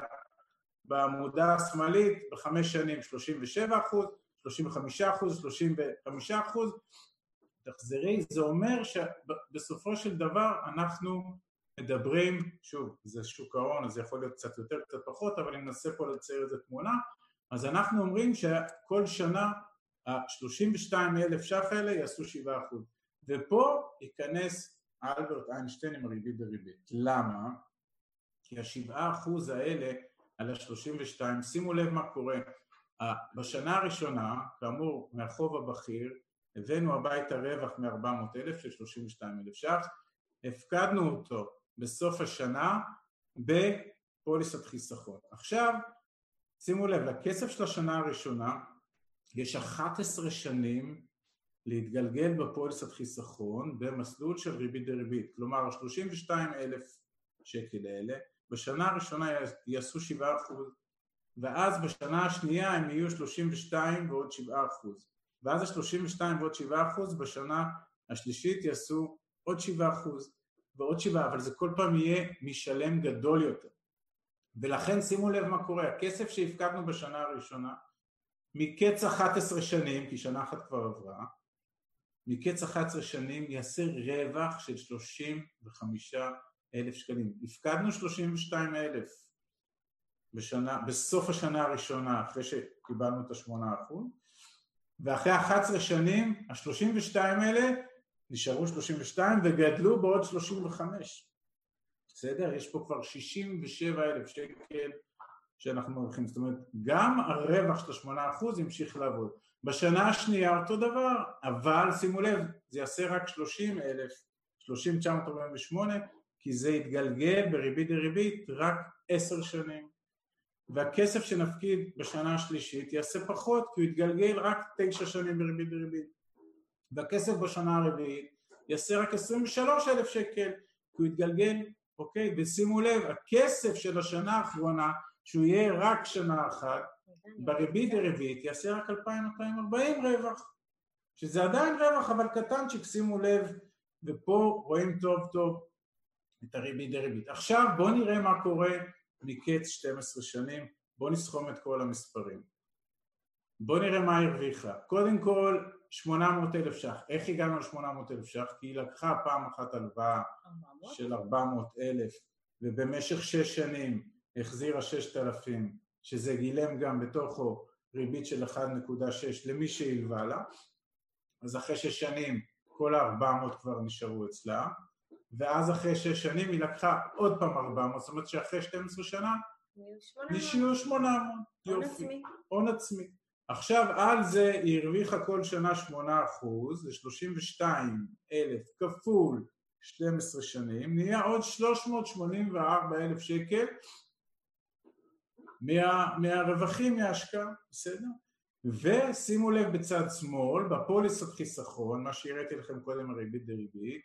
בעמודה השמאלית, בחמש שנים שלושים ושבעה אחוז, שלושים וחמישה אחוז, שלושים וחמישה אחוז, תחזרי, זה אומר שבסופו של דבר אנחנו מדברים, שוב, זה שוק ההון, אז זה יכול להיות קצת יותר, קצת פחות, אבל אני מנסה פה לצייר איזה תמונה, אז אנחנו אומרים שכל שנה ה-שלושים ושתיים אלף ש"ח האלה יעשו שבעה אחוז, ופה ייכנס אלברט איינשטיין עם הריבית דריבית. למה? כי ה-שבעה אחוז האלה על ה-שלושים ושתיים, שימו לב מה קורה, בשנה הראשונה, כאמור מהחוב הבכיר, הבאנו הביתה רווח מ-ארבע מאות אלף של שלושים ושתיים אלף ש"ח, הפקדנו אותו בסוף השנה פוליסת חיסכון. עכשיו, שימו לב, לכסף של השנה הראשונה, יש אחת עשרה שנים להתגלגל בפוליסת חיסכון במסלול של ריבית דריבית, כלומר שלושים ושתיים אלף שקל האלה, בשנה הראשונה יעשו שבעה אחוז, ואז בשנה השנייה הם יהיו שלושים ושתיים ועוד שבעה אחוז, ואז ה-שלושים ושתיים ועוד שבעה אחוז בשנה השלישית יעשו עוד שבעה אחוז ועוד שבעה, אבל זה כל פעם יהיה משלם גדול יותר. ולכן שימו לב מה קורה, הכסף שהפקדנו בשנה הראשונה, מקץ אחת עשרה שנים, כי שנה אחת כבר עברה, מקץ אחת עשרה שנים יעשה רווח של שלושים וחמישה אלף שקלים. הפקדנו שלושים ושתיים אלף בשנה, בסוף השנה הראשונה, אחרי שקיבלנו את ה-שמונה אחוז, ואחרי אחת עשרה שנים, ה-שלושים ושתיים האלה נשארו שלושים ושתיים וגדלו בעוד שלושים וחמש. בסדר? יש פה כבר שישים ושבעה אלף שקל שאנחנו מרוויחים. זאת אומרת, גם הרווח של ה-שמונה אחוז ימשיך לעבוד. בשנה השנייה אותו דבר, אבל שימו לב, זה יעשה רק שלושים אלף, שלושים אלף תשע מאות ארבעים ושמונה, כי זה יתגלגל בריבית דריבית רק עשר שנים. והכסף שנפקיד בשנה השלישית יעשה פחות, כי הוא יתגלגל רק תשע שנים בריבית דריבית. והכסף בשנה הרביעית יעשה רק עשרים ושלושה אלף שקל, כי הוא יתגלגל, אוקיי? ושימו לב, הכסף של השנה האחרונה, שהוא יהיה רק שנה אחת, בריבית דריבית יעשה רק אלפיים מאתיים וארבעים רווח, שזה עדיין רווח, אבל קטנצ'יק, שימו לב, ופה רואים טוב טוב את הריבית דריבית. עכשיו בואו נראה מה קורה מקץ שתים עשרה שנים, בואו נסכום את כל המספרים. בואו נראה מה הרוויחה. קודם כל, שמונה מאות אלף ש"ח. איך הגענו ל-שמונה מאות אלף ש"ח? כי היא לקחה פעם אחת הלוואה של ארבע מאות אלף, ובמשך שש שנים החזירה ששת אלפים, שזה גילם גם בתוכו ריבית של אחת נקודה שש למי שהלווה לה, אז אחרי שש שנים כל ה-ארבע מאות כבר נשארו אצלה, ואז אחרי שש שנים היא לקחה עוד פעם ארבע מאות, זאת אומרת שאחרי שתים עשרה שנה נשארו שמונה מאות, יופי, הון עצמי. עכשיו על זה היא הרוויחה כל שנה שמונה אחוז, זה שלושים ושתיים אלף כפול שתים עשרה שנים, נהיה עוד שלוש מאות שמונים וארבעה אלף שקל, מה, מהרווחים מההשקעה, בסדר? ושימו לב בצד שמאל, בפוליסת חיסכון, מה שהראיתי לכם קודם הריבית דריבית,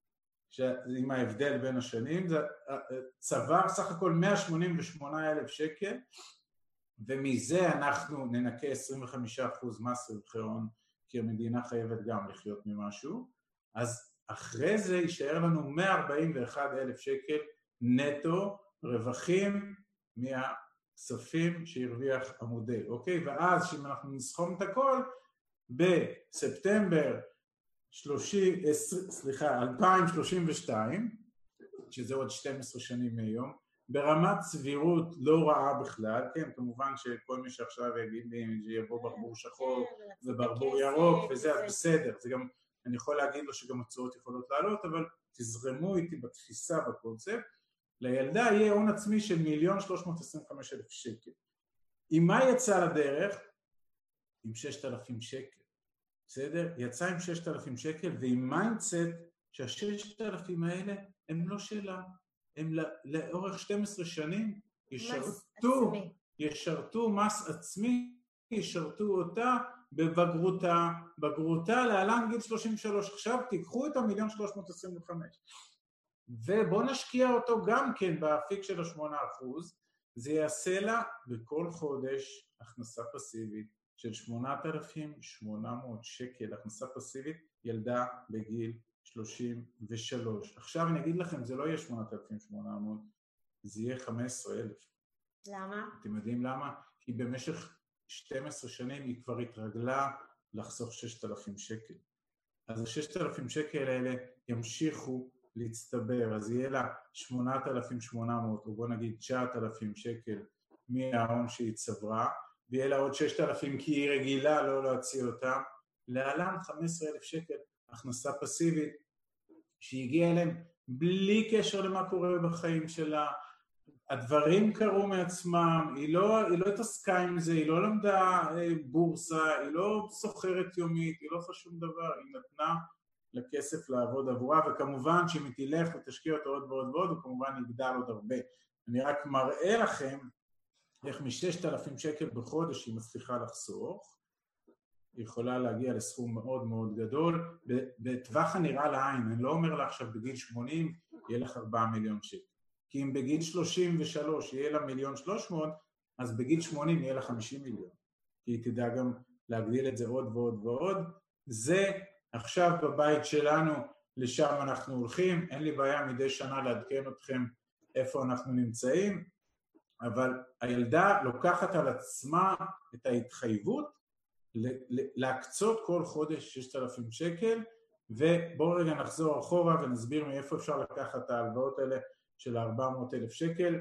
עם ההבדל בין השנים, זה צבר סך הכל מאה שמונים ושמונה אלף שקל, ומזה אנחנו ננקה עשרים וחמישה אחוז מס רווחי הון, כי המדינה חייבת גם לחיות ממשהו, אז אחרי זה יישאר לנו מאה ארבעים ואחד אלף שקל נטו רווחים מה... כספים שהרוויח המודל, אוקיי? ואז שאם אנחנו נסכום את הכל, בספטמבר שלושים, סליחה, אלפיים שלושים ושתיים, שזה עוד שתים עשרה שנים מהיום, ברמת סבירות לא רעה בכלל, כן, כמובן שכל מי שעכשיו יגיד לי שיבוא ברבור שחור וברבור ירוק וזה, אז בסדר, זה גם, אני יכול להגיד לו שגם הצעות יכולות לעלות, אבל תזרמו איתי בתפיסה בקונספט, לילדה יהיה הון עצמי של מיליון שלוש מאות עשרים וחמישה אלף שקל. עם מה יצא לדרך? עם ששת אלפים שקל. בסדר? יצא עם ששת אלפים שקל, ועם מיינדסט שהששת אלפים האלה הם לא שלה. הם לאורך שתים עשרה שנים ישרתו, ישרתו מס עצמי, ישרתו אותה בבגרותה, בגרותה להלן גיל שלושים ושלוש. עכשיו תיקחו את המיליון שלוש מאות עשרים וחמש. ובוא נשקיע אותו גם כן באפיק של ה-שמונה אחוז, זה יעשה לה בכל חודש הכנסה פסיבית של שמונת אלפים ושמונה מאות שקל, הכנסה פסיבית ילדה בגיל שלושים ושלוש. עכשיו אני אגיד לכם, זה לא יהיה שמונת אלפים ושמונה מאות, זה יהיה חמישה עשר אלף. למה? אתם יודעים למה? כי במשך שתים עשרה שנים היא כבר התרגלה לחסוך ששת אלפים שקל. אז ה-ששת אלפים שקל האלה ימשיכו להצטבר, אז יהיה לה שמונת אלפים ושמונה מאות, או בוא נגיד תשעת אלפים שקל מההון שהיא צברה, ויהיה לה עוד ששת אלפים כי היא רגילה לא להציע אותם, להלן חמישה עשר אלף שקל הכנסה פסיבית, שהגיעה אליהם בלי קשר למה קורה בחיים שלה, הדברים קרו מעצמם, היא לא, היא לא התעסקה עם זה, היא לא למדה בורסה, היא לא סוחרת יומית, היא לא עושה שום דבר, היא נתנה לכסף לעבוד עבורה, וכמובן שאם היא תלך ותשקיע אותו עוד ועוד ועוד, הוא כמובן יגדל עוד הרבה. אני רק מראה לכם איך מ-ששת אלפים שקל בחודש היא מצליחה לחסוך, היא יכולה להגיע לסכום מאוד מאוד גדול, בטווח הנראה לעין, אני לא אומר לה עכשיו בגיל שמונים יהיה לך ארבעה מיליון שקל, כי אם בגיל שלושים ושלוש יהיה לה מיליון שלוש מאות, אז בגיל שמונים יהיה לה חמישים מיליון, כי היא תדע גם להגדיל את זה עוד ועוד ועוד. זה עכשיו בבית שלנו, לשם אנחנו הולכים, אין לי בעיה מדי שנה לעדכן אתכם איפה אנחנו נמצאים, אבל הילדה לוקחת על עצמה את ההתחייבות להקצות כל חודש ששת אלפים שקל, ובואו רגע נחזור אחורה ונסביר מאיפה אפשר לקחת את ההלוואות האלה של ארבע מאות אלף שקל,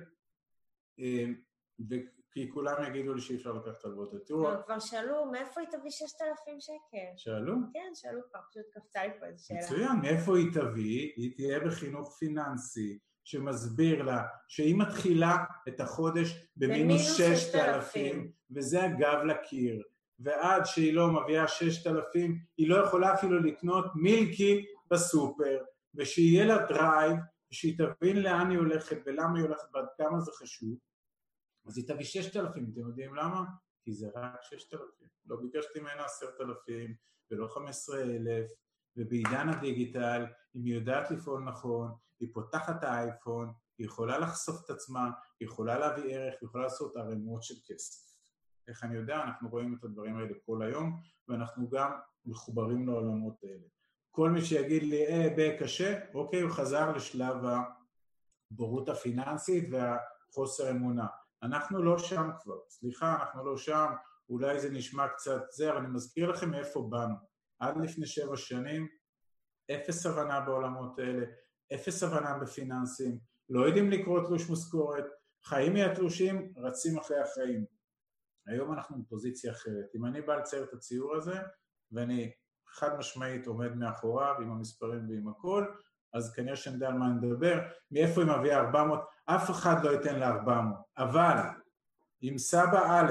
כי כולם יגידו לי שאי אפשר לקחת את ההלוואות האלה. כבר שאלו, מאיפה היא תביא ששת אלפים שקל? שאלו? כן, שאלו כבר, פשוט קפצה לי פה איזו שאלה. מצוין, מאיפה היא תביא? היא תהיה בחינוך פיננסי, שמסביר לה שהיא מתחילה את החודש במינוס ששת אלפים, וזה הגב לקיר, ועד שהיא לא מביאה ששת אלפים, היא לא יכולה אפילו לקנות מילקי בסופר, ושיהיה לה דרייב, ושהיא תבין לאן היא הולכת, ולמה היא הולכת, ועד כמה זה חשוב, אז היא תביא ששת אלפים, אתם יודעים למה? כי זה רק ששת אלפים, לא ביקשתי ממנה עשרת אלפים, ולא חמישה עשר אלף, ובעידן הדיגיטל, אם היא יודעת לפעול נכון, היא פותחת האייפון, היא יכולה לחשוף את עצמה, היא יכולה להביא ערך, היא יכולה לעשות ערימות של כסף. איך אני יודע? אנחנו רואים את הדברים האלה כל היום, ואנחנו גם מחוברים לעולמות האלה. כל מי שיגיד לי, אה, בקשה, אוקיי, הוא חזר לשלב הבורות הפיננסית והחוסר אמונה. אנחנו לא שם כבר, סליחה, אנחנו לא שם, אולי זה נשמע קצת זה, אבל אני מזכיר לכם מאיפה באנו. עד לפני שבע שנים, אפס הבנה בעולמות האלה, אפס הבנה בפיננסים, לא יודעים לקרוא תלוש משכורת, חיים מהתלושים, רצים אחרי החיים. היום אנחנו בפוזיציה אחרת. אם אני בא לצייר את הציור הזה, ואני חד משמעית עומד מאחוריו, עם המספרים ועם הכל, אז כנראה שאני יודע על מה אני מדבר, מאיפה היא מביאה ארבע מאות, אף אחד לא ייתן לה ארבע מאות, אבל אם סבא א',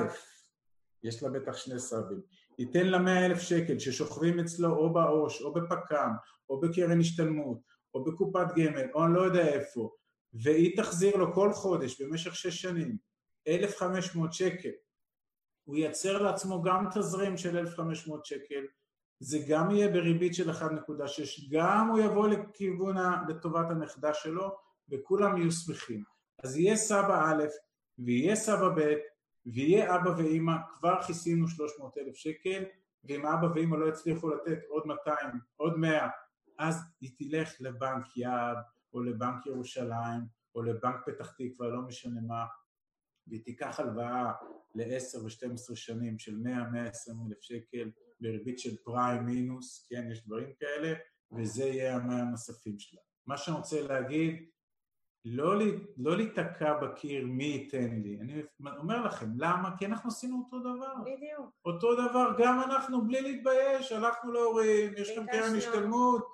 יש לה בטח שני סבים, ייתן לה מאה אלף שקל ששוכבים אצלו או בעו"ש, או בפק"ם, או בקרן השתלמות, או בקופת גמל, או אני לא יודע איפה, והיא תחזיר לו כל חודש במשך שש שנים, אלף וחמש מאות שקל, הוא ייצר לעצמו גם תזרים של אלף וחמש מאות שקל, זה גם יהיה בריבית של אחת נקודה שש, גם הוא יבוא לכיוון לטובת הנכדה שלו, וכולם יהיו שמחים. אז יהיה סבא א', ויהיה סבא ב', ויהיה אבא ואמא, כבר כיסינו שלוש מאות אלף שקל, ואם אבא ואמא לא יצליחו לתת עוד מאתיים, עוד מאה, אז היא תלך לבנק יעד, או לבנק ירושלים, או לבנק פתח תקווה, לא משנה מה, והיא תיקח הלוואה ל-עשר ו-שתים עשרה שנים של מאה עד מאה ועשרים אלף שקל, בריבית של פריים מינוס, כן, יש דברים כאלה, וזה יהיה המאה הנוספים שלה. מה שאני רוצה להגיד, לא, לא להתקע בקיר מי ייתן לי. אני אומר לכם, למה? כי אנחנו עשינו אותו דבר. בדיוק. אותו דבר, גם אנחנו בלי להתבייש, הלכנו להורים, יש לכם קרן השתלמות,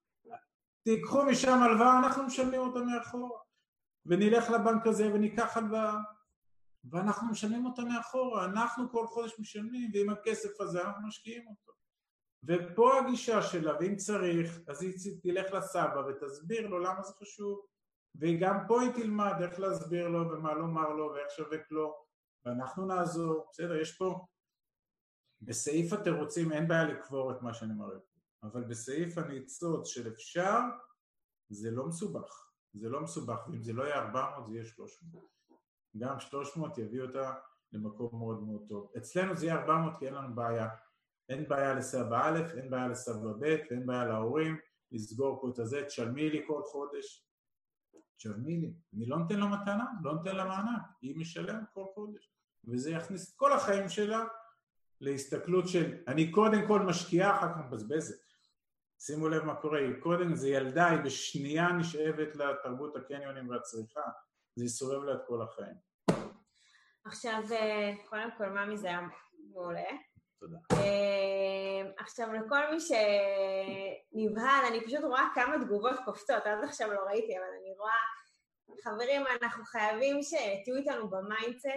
תיקחו משם הלוואה, אנחנו משלמים אותה מאחורה. ונלך לבנק הזה וניקח הלוואה, ואנחנו משלמים אותה מאחורה, אנחנו כל חודש משלמים, ועם הכסף הזה אנחנו משקיעים אותו. ופה הגישה שלה, ואם צריך, אז היא תלך לסבא ותסביר לו למה זה חשוב, וגם פה היא תלמד איך להסביר לו ומה לומר לו ואיך שווק לו, ואנחנו נעזור, בסדר, יש פה, בסעיף התירוצים אין בעיה לקבור את מה שאני מראה פה, אבל בסעיף הניצוץ של אפשר, זה לא מסובך, זה לא מסובך, ואם זה לא יהיה ארבע מאות זה יהיה שלוש מאות, גם שלוש מאות יביא אותה למקום מאוד מאוד טוב. אצלנו זה יהיה ארבע מאות כי אין לנו בעיה, אין בעיה לסבא א', אין בעיה לסבא ב', ואין בעיה להורים, לסגור פה את הזה, תשלמי לי כל חודש, תשלמי לי, אני לא נותן לה מתנה, לא נותן לה מענק, היא משלמת כל חודש, וזה יכניס את כל החיים שלה להסתכלות של, אני קודם כל משקיעה, אחר כך מבזבזת. שימו לב מה קורה, קודם זה ילדה, היא בשנייה נשאבת לתרבות הקניונים והצריכה, זה יסובב לה את כל החיים. עכשיו, קודם כל, מה מזה מעולה? תודה. עכשיו, לכל מי שנבהל, אני פשוט רואה כמה תגובות קופצות, עד עכשיו לא ראיתי, אבל אני רואה, חברים, אנחנו חייבים שתהיו איתנו במיינדסט,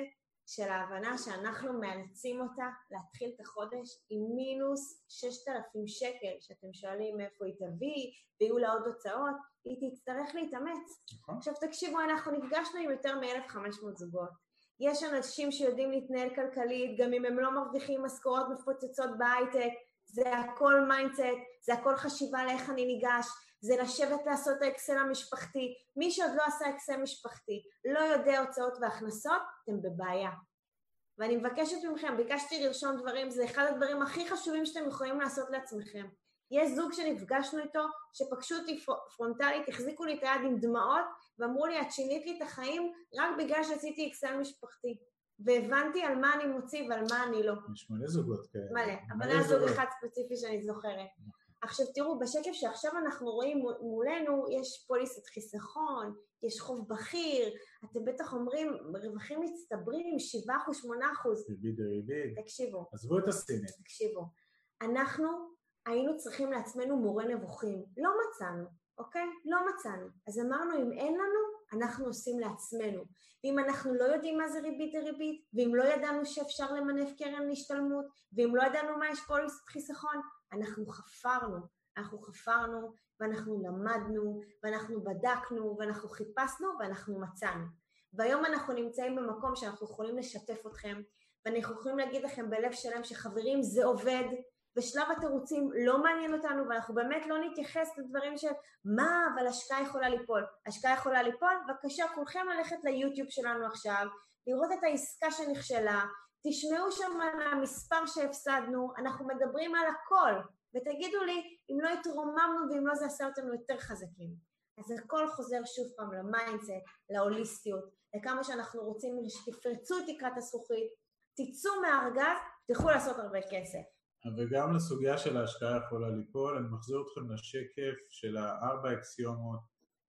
של ההבנה שאנחנו מאלצים אותה להתחיל את החודש עם מינוס ששת אלפים שקל, שאתם שואלים מאיפה היא תביא, ויהיו לה עוד הוצאות, היא תצטרך להתאמץ. עכשיו תקשיבו, אנחנו נפגשנו עם יותר מ-אלף וחמש מאות זוגות. יש אנשים שיודעים להתנהל כלכלית, גם אם הם לא מרוויחים משכורות מפוצצות בהייטק, זה הכל מיינדסט, זה הכל חשיבה לאיך אני ניגש, זה לשבת לעשות את האקסל המשפחתי. מי שעוד לא עשה אקסל משפחתי, לא יודע הוצאות והכנסות, אתם בבעיה. ואני מבקשת מכם, ביקשתי לרשום דברים, זה אחד הדברים הכי חשובים שאתם יכולים לעשות לעצמכם. יש זוג שנפגשנו איתו, שפגשו אותי פרונטלית, החזיקו לי את היד עם דמעות, ואמרו לי, את שינית לי את החיים רק בגלל שעשיתי אקסל משפחתי. והבנתי על מה אני מוציא ועל מה אני לא. יש מלא זוגות כאלה. מלא, אבל היה זוג אחד ספציפי שאני זוכרת. עכשיו תראו, בשקף שעכשיו אנחנו רואים מולנו, יש פוליסת חיסכון, יש חוב בכיר, אתם בטח אומרים, רווחים מצטברים, שבעה אחוז, שמונה אחוז. ריבית ריבית. תקשיבו. עזבו את הסינית. תקשיבו. אנחנו היינו צריכים לעצמנו מורה נבוכים. לא מצאנו, אוקיי? לא מצאנו. אז אמרנו, אם אין לנו, אנחנו עושים לעצמנו. ואם אנחנו לא יודעים מה זה ריבית דריבית, ואם לא ידענו שאפשר למנף קרן להשתלמות, ואם לא ידענו מה יש פוליסת חיסכון, אנחנו חפרנו, אנחנו חפרנו, ואנחנו למדנו, ואנחנו בדקנו, ואנחנו חיפשנו, ואנחנו מצאנו. והיום אנחנו נמצאים במקום שאנחנו יכולים לשתף אתכם, ואנחנו יכולים להגיד לכם בלב שלם שחברים זה עובד, ושלב התירוצים לא מעניין אותנו, ואנחנו באמת לא נתייחס לדברים של מה, אבל השקעה יכולה ליפול. השקעה יכולה ליפול, בבקשה, כולכם ללכת ליוטיוב שלנו עכשיו, לראות את העסקה שנכשלה, תשמעו שם על המספר שהפסדנו, אנחנו מדברים על הכל, ותגידו לי אם לא התרוממנו ואם לא זה עשה אותנו יותר חזקים. אז הכל חוזר שוב פעם למיינדסט, להוליסטיות, לכמה שאנחנו רוצים שתפרצו את תקרת הזכוכית, תצאו מהארגז, תלכו לעשות הרבה כסף. וגם לסוגיה של ההשקעה יכולה ליפול, אני מחזיר אתכם לשקף של הארבע אקסיומות,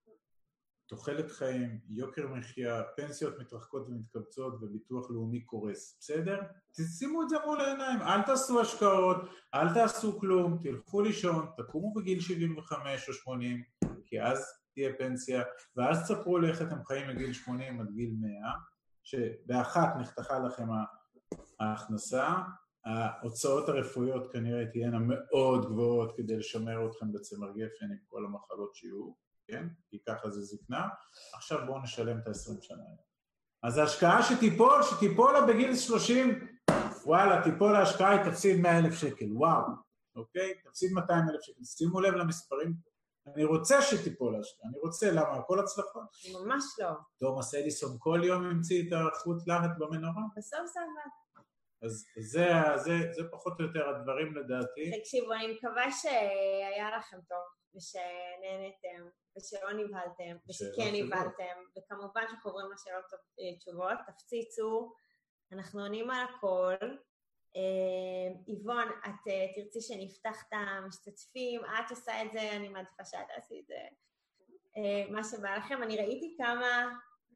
תוחלת חיים, יוקר מחיה, פנסיות מתרחקות ומתקבצות וביטוח לאומי קורס, בסדר? תשימו את זה מול העיניים, אל תעשו השקעות, אל תעשו כלום, תלכו לישון, תקומו בגיל שבעים וחמש או שמונים, כי אז תהיה פנסיה, ואז תספרו לי איך אתם חיים מגיל שמונים עד גיל מאה, שבאחת נחתכה לכם ההכנסה, ההוצאות הרפואיות כנראה תהיינה מאוד גבוהות כדי לשמר אתכם בצמר גפן עם כל המחלות שיהיו, כן? כי ככה זה זקנה. עכשיו בואו נשלם את ה-עשרים שנה. אז ההשקעה שתיפול, שתיפול לה בגיל שלושים, וואלה, תיפול ההשקעה, היא תפסיד מאה אלף שקל, וואו, אוקיי? תפסיד מאתיים אלף שקל. שימו לב למספרים. אני רוצה שתיפול ההשקעה, אני רוצה, למה? הכל הצלחות? ממש לא. תומאס אדיסון כל יום המציא את החוט להט במנורה. בסוף זה עבד. אז זה, זה, זה פחות או יותר הדברים לדעתי. תקשיבו, אני מקווה שהיה לכם טוב, ושנהנתם, ושלא נבהלתם, ושכן נבהלתם, וכמובן שאנחנו עוברים לשאלות תשובות, תפציצו, אנחנו עונים על הכל. איבון, את תרצי שנפתח את המשתתפים, את עושה את זה, אני מעדיפה שאת תעשי את זה, מה שבא לכם. אני ראיתי כמה,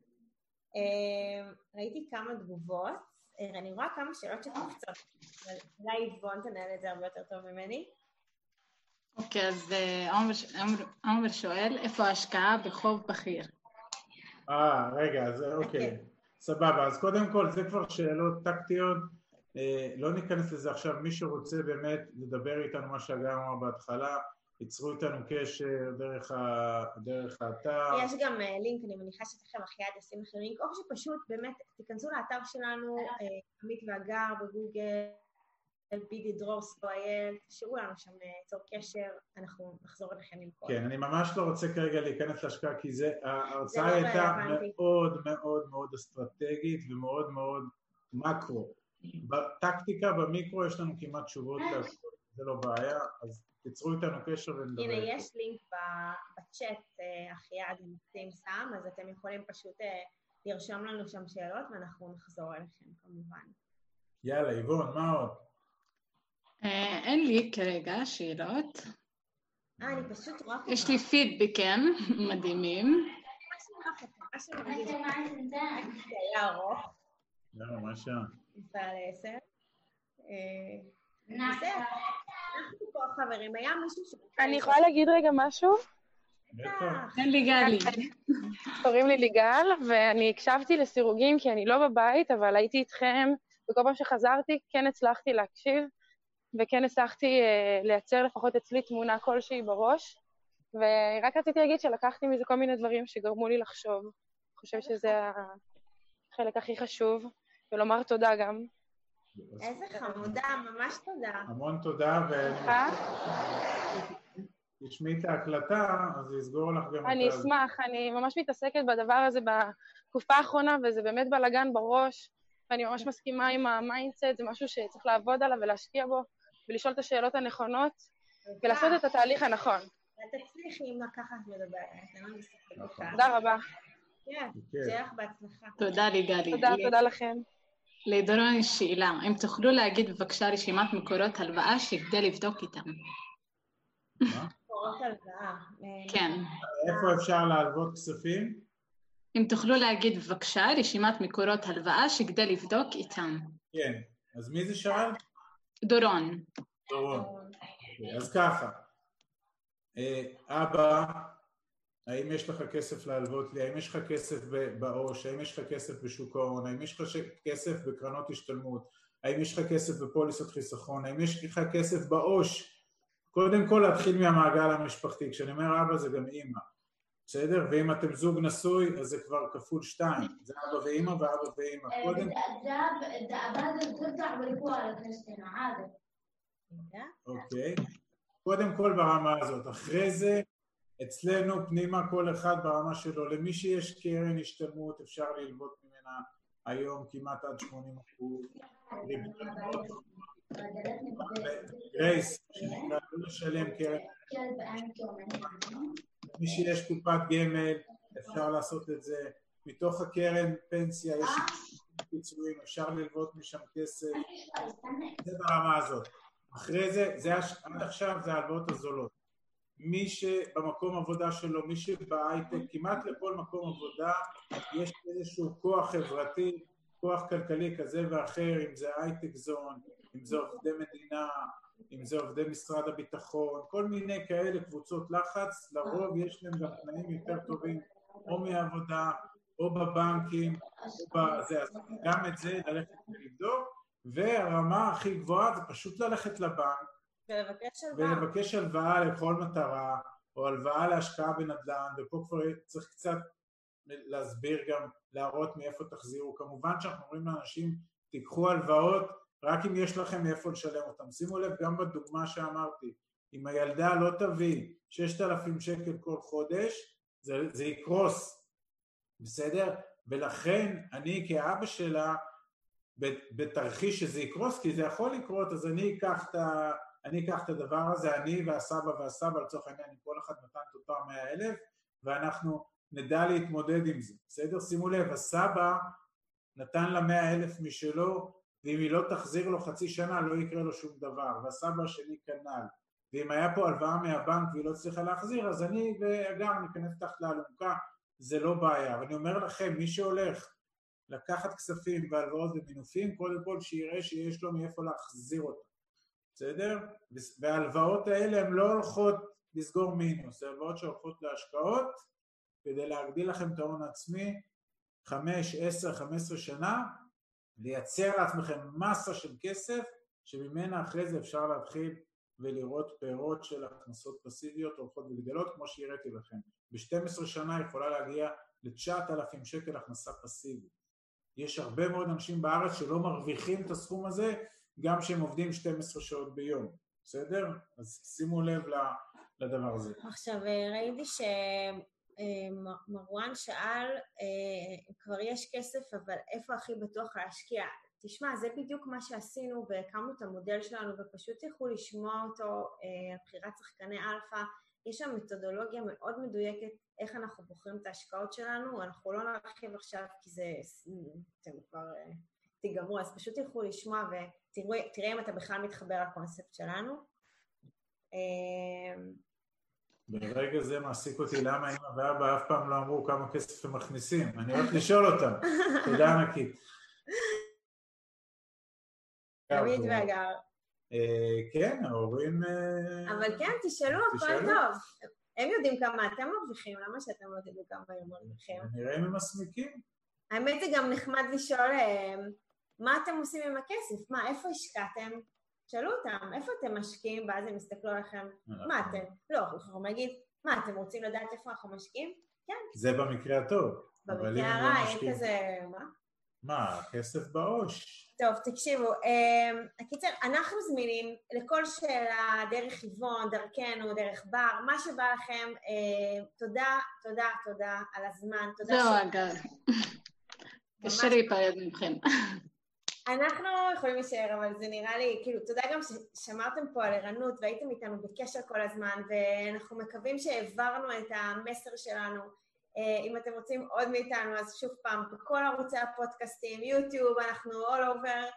ראיתי כמה תגובות, אני רואה כמה שאלות שקופצות, אבל אולי איבון תנהל את זה הרבה יותר טוב ממני. אוקיי, אז עומר שואל, איפה ההשקעה בחוב בכיר? אה, רגע, אז אוקיי, סבבה, אז קודם כל זה כבר שאלות טקטיות, לא ניכנס לזה עכשיו, מי שרוצה באמת לדבר איתנו מה שהגר אמר בהתחלה, ייצרו איתנו קשר דרך, ה... דרך האתר. יש גם לינק, אני מניחה שתכף אחייד ישים לכם לינק, או שפשוט באמת תיכנסו לאתר שלנו, עמית והגר בגוגל, בידי דרור סבואל, תשאירו לנו שם צור קשר, אנחנו נחזור אליכם עם כל. כן, אני ממש לא רוצה כרגע להיכנס להשקעה, כי זה, ההרצאה הייתה מאוד מאוד מאוד אסטרטגית ומאוד מאוד מקרו. בטקטיקה, במיקרו, יש לנו כמעט תשובות להכל, זה לא בעיה, אז תיצרו איתנו קשר ונדבר. הנה, יש לינק בצ'אט, אחייד עם סם, אז אתם יכולים פשוט לרשום לנו שם שאלות, ואנחנו נחזור אליכם כמובן. יאללה, איבון, מה עוד? אין לי כרגע שאלות. אה, אני פשוט רואה... יש לי פידבקים מדהימים. מה שמרגיש, זה היה ארוך. יאללה, מה השעה? נפעל לעשר. בסדר. אנחנו פה חברים, היה מישהו ש... אני יכולה להגיד רגע משהו? תן לי גלי. קוראים לי ליגל, ואני הקשבתי לסירוגים כי אני לא בבית, אבל הייתי איתכם, וכל פעם שחזרתי כן הצלחתי להקשיב, וכן הצלחתי uh, לייצר לפחות אצלי תמונה כלשהי בראש, ורק רציתי להגיד שלקחתי מזה כל מיני דברים שגרמו לי לחשוב. אני חושב שזה החלק הכי חשוב, ולומר תודה גם. איזה חמודה, ממש תודה. המון תודה, ותשמעי את ההקלטה, אז יסגור לך גם... אני אשמח, אני ממש מתעסקת בדבר הזה בתקופה האחרונה, וזה באמת בלגן בראש, ואני ממש מסכימה עם המיינדסט, זה משהו שצריך לעבוד עליו ולהשקיע בו, ולשאול את השאלות הנכונות, ולעשות את התהליך הנכון. ותצליחי אם ככה את מדברת. תודה רבה. כן, שיהיה לך בהצלחה. תודה לי גלי. תודה, תודה לכם. לדורון יש שאלה, אם תוכלו להגיד בבקשה רשימת מקורות הלוואה שכדי לבדוק איתם. מה? מקורות הלוואה. כן. איפה אפשר להלוות כספים? אם תוכלו להגיד בבקשה רשימת מקורות הלוואה שכדי לבדוק איתם. כן, אז מי זה שאל? דורון. דורון. אז ככה, אבא, האם יש לך כסף להלוות לי? האם יש לך כסף בעו"ש? האם יש לך כסף בשוק ההון? האם יש לך כסף בקרנות השתלמות? האם יש לך כסף בפוליסות חיסכון? האם יש לך כסף בעו"ש? קודם כל להתחיל מהמעגל המשפחתי. כשאני אומר אבא זה גם אמא. בסדר? ואם אתם זוג נשוי, אז זה כבר כפול שתיים. זה אבא ואמא ואבא ואמא. קודם... אוקיי. קודם כל ברמה הזאת. אחרי זה, אצלנו פנימה כל אחד ברמה שלו. למי שיש קרן השתלמות, אפשר ללוות ממנה היום כמעט עד שמונים אחוז. גרייס, שנקרא לא לשלם קרן. מי שיש קופת גמל, אפשר לעשות את זה. מתוך הקרן פנסיה יש פיצויים, אפשר ללוות משם כסף. זה ברמה הזאת. אחרי זה, זה עד עכשיו זה ההלוואות הזולות. מי שבמקום עבודה שלו, מי שבהייטק, כמעט לכל מקום עבודה, יש איזשהו כוח חברתי, כוח כלכלי כזה ואחר, אם זה הייטק זון, אם זה עובדי מדינה, אם זה עובדי משרד הביטחון, כל מיני כאלה קבוצות לחץ, לרוב יש להם גם תנאים יותר טובים, או מהעבודה, או בבנקים, או בזה, אז גם את זה ללכת ולבדוק, והרמה הכי גבוהה זה פשוט ללכת לבנק, ולבקש הלוואה. ולבקש הלוואה לכל מטרה, או הלוואה להשקעה בנדל"ן, ופה כבר צריך קצת להסביר גם, להראות מאיפה תחזירו. כמובן שאנחנו אומרים לאנשים, תיקחו הלוואות, רק אם יש לכם מאיפה לשלם אותם. שימו לב, גם בדוגמה שאמרתי, אם הילדה לא תביא ששת אלפים שקל כל חודש, זה, זה יקרוס, בסדר? ולכן אני כאבא שלה, בתרחיש שזה יקרוס, כי זה יכול לקרות, אז אני אקח את, ה, אני אקח את הדבר הזה, אני והסבא והסבא, לצורך העניין, עם כל אחד נתן את אותם מאה אלף, ואנחנו נדע להתמודד עם זה, בסדר? שימו לב, הסבא נתן לה מאה אלף משלו, ואם היא לא תחזיר לו חצי שנה, לא יקרה לו שום דבר, והסבא השני כנ"ל. ואם היה פה הלוואה מהבנק והיא לא צריכה להחזיר, אז אני ואגר ניכנס תחת לאלונקה, זה לא בעיה. ואני אומר לכם, מי שהולך לקחת כספים והלוואות ומינופים, קודם כל שיראה שיש לו מאיפה להחזיר אותם, בסדר? וההלוואות האלה הן לא הולכות לסגור מינוס, זה הלוואות שהולכות להשקעות, כדי להגדיל לכם את ההון העצמי, חמש, עשר, חמש עשרה שנה, לייצר לעצמכם מסה של כסף, שממנה אחרי זה אפשר להתחיל ולראות פירות של הכנסות פסיביות הולכות וגדלות, כמו שהראיתי לכם. ב-שתים עשרה שנה יכולה להגיע ל-תשעת אלפים שקל הכנסה פסיבית. יש הרבה מאוד אנשים בארץ שלא מרוויחים את הסכום הזה, גם שהם עובדים שתים עשרה שעות ביום, בסדר? אז שימו לב לדבר הזה. עכשיו ראיתי שמרואן שאל, כבר יש כסף, אבל איפה הכי בטוח להשקיע? תשמע, זה בדיוק מה שעשינו והקמנו את המודל שלנו, ופשוט יכולו לשמוע אותו, בחירת שחקני אלפא. יש שם מתודולוגיה מאוד מדויקת איך אנחנו בוחרים את ההשקעות שלנו, אנחנו לא נרחיב עכשיו כי זה, אתם כבר תיגמרו, אז פשוט יכולו לשמוע ותראה אם אתה בכלל מתחבר לקונספט שלנו. ברגע זה מעסיק אותי למה אמא ואבא אף פעם לא אמרו כמה כסף הם מכניסים, אני הולך לשאול אותם, תודה ענקית. תמיד ואגר. כן, ההורים... אבל כן, תשאלו, הכל טוב. הם יודעים כמה אתם מרוויחים, למה שאתם לא תדעו כמה הם מרוויחים? נראה אם הם מסמיקים. האמת זה גם נחמד לשאול, מה אתם עושים עם הכסף? מה, איפה השקעתם? שאלו אותם, איפה אתם משקיעים? ואז הם יסתכלו עליכם, מה אתם? לא, אנחנו יכולים להגיד, מה, אתם רוצים לדעת איפה אנחנו משקיעים? כן. זה במקרה הטוב. במקרה הרע, אין כזה, מה? מה, כסף בעוש. טוב, תקשיבו, הקיצר, אנחנו זמינים לכל שאלה, דרך איבון, דרכנו, דרך בר, מה שבא לכם, תודה, תודה, תודה על הזמן, תודה. זהו, אגב. קשה להיפרד מכם. אנחנו יכולים להישאר, אבל זה נראה לי, כאילו, תודה גם ששמרתם פה על ערנות והייתם איתנו בקשר כל הזמן, ואנחנו מקווים שהעברנו את המסר שלנו. אם אתם רוצים עוד מאיתנו, אז שוב פעם, בכל ערוצי הפודקאסטים, יוטיוב, אנחנו all over,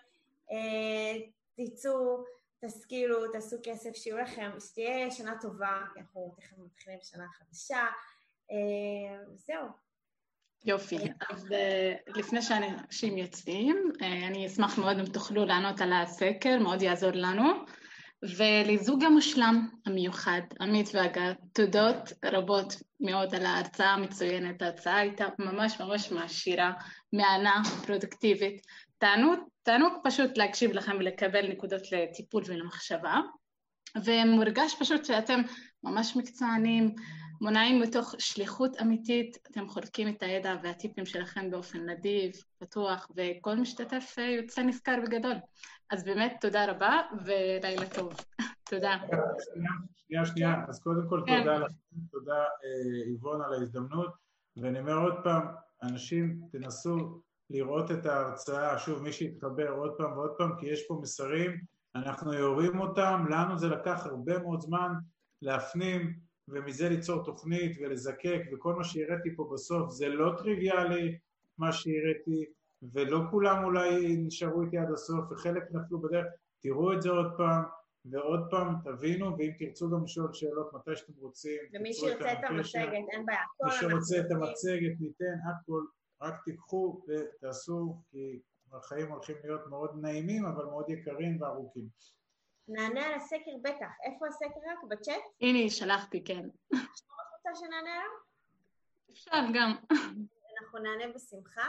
תיצאו, תשכילו, תעשו כסף, שיהיו לכם, שתהיה שנה טובה, כי אנחנו תכף מתחילים שנה חדשה, זהו. יופי, אז לפני שאנשים יוצאים, אני אשמח מאוד אם תוכלו לענות על הסקר, מאוד יעזור לנו, ולזוג המושלם המיוחד, עמית ואגת, תודות רבות מאוד על ההרצאה המצוינת, ההרצאה הייתה ממש ממש מעשירה, מענה, פרודוקטיבית, תענוג פשוט להקשיב לכם ולקבל נקודות לטיפול ולמחשבה, ומורגש פשוט שאתם ממש מקצוענים, מונעים מתוך שליחות אמיתית, אתם חולקים את הידע והטיפים שלכם באופן נדיב, פתוח, וכל משתתף יוצא נזכר בגדול. אז באמת תודה רבה ולילה טוב. תודה. שנייה, שנייה, אז קודם כל תודה לכם, תודה איבון על ההזדמנות, ואני אומר עוד פעם, אנשים תנסו לראות את ההרצאה, שוב מי שיתחבר עוד פעם ועוד פעם, כי יש פה מסרים, אנחנו יורים אותם, לנו זה לקח הרבה מאוד זמן להפנים, ומזה ליצור תוכנית ולזקק, וכל מה שהראיתי פה בסוף, זה לא טריוויאלי מה שהראיתי, ולא כולם אולי נשארו איתי עד הסוף, וחלק נפלו בדרך, תראו את זה עוד פעם, ועוד פעם תבינו, ואם תרצו גם לשאול שאלות מתי שאתם רוצים. ומי שירצה את המצגת, אין בעיה. מי שרוצה את המצגת, ניתן הכל, רק תיקחו ותעשו, כי החיים הולכים להיות מאוד נעימים, אבל מאוד יקרים וארוכים. נענה על הסקר בטח. איפה הסקר רק? בצ'אט? הנה, שלחתי, כן. עכשיו את רוצה שנענה עליו? אפשר גם. אנחנו נענה בשמחה.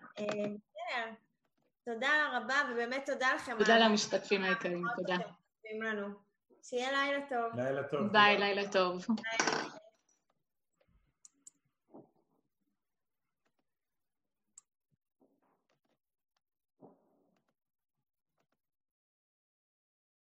תודה רבה, ובאמת תודה לכם. תודה למשתתפים היקרים, תודה. שיהיה לילה טוב. לילה טוב. ביי, לילה טוב. ביי.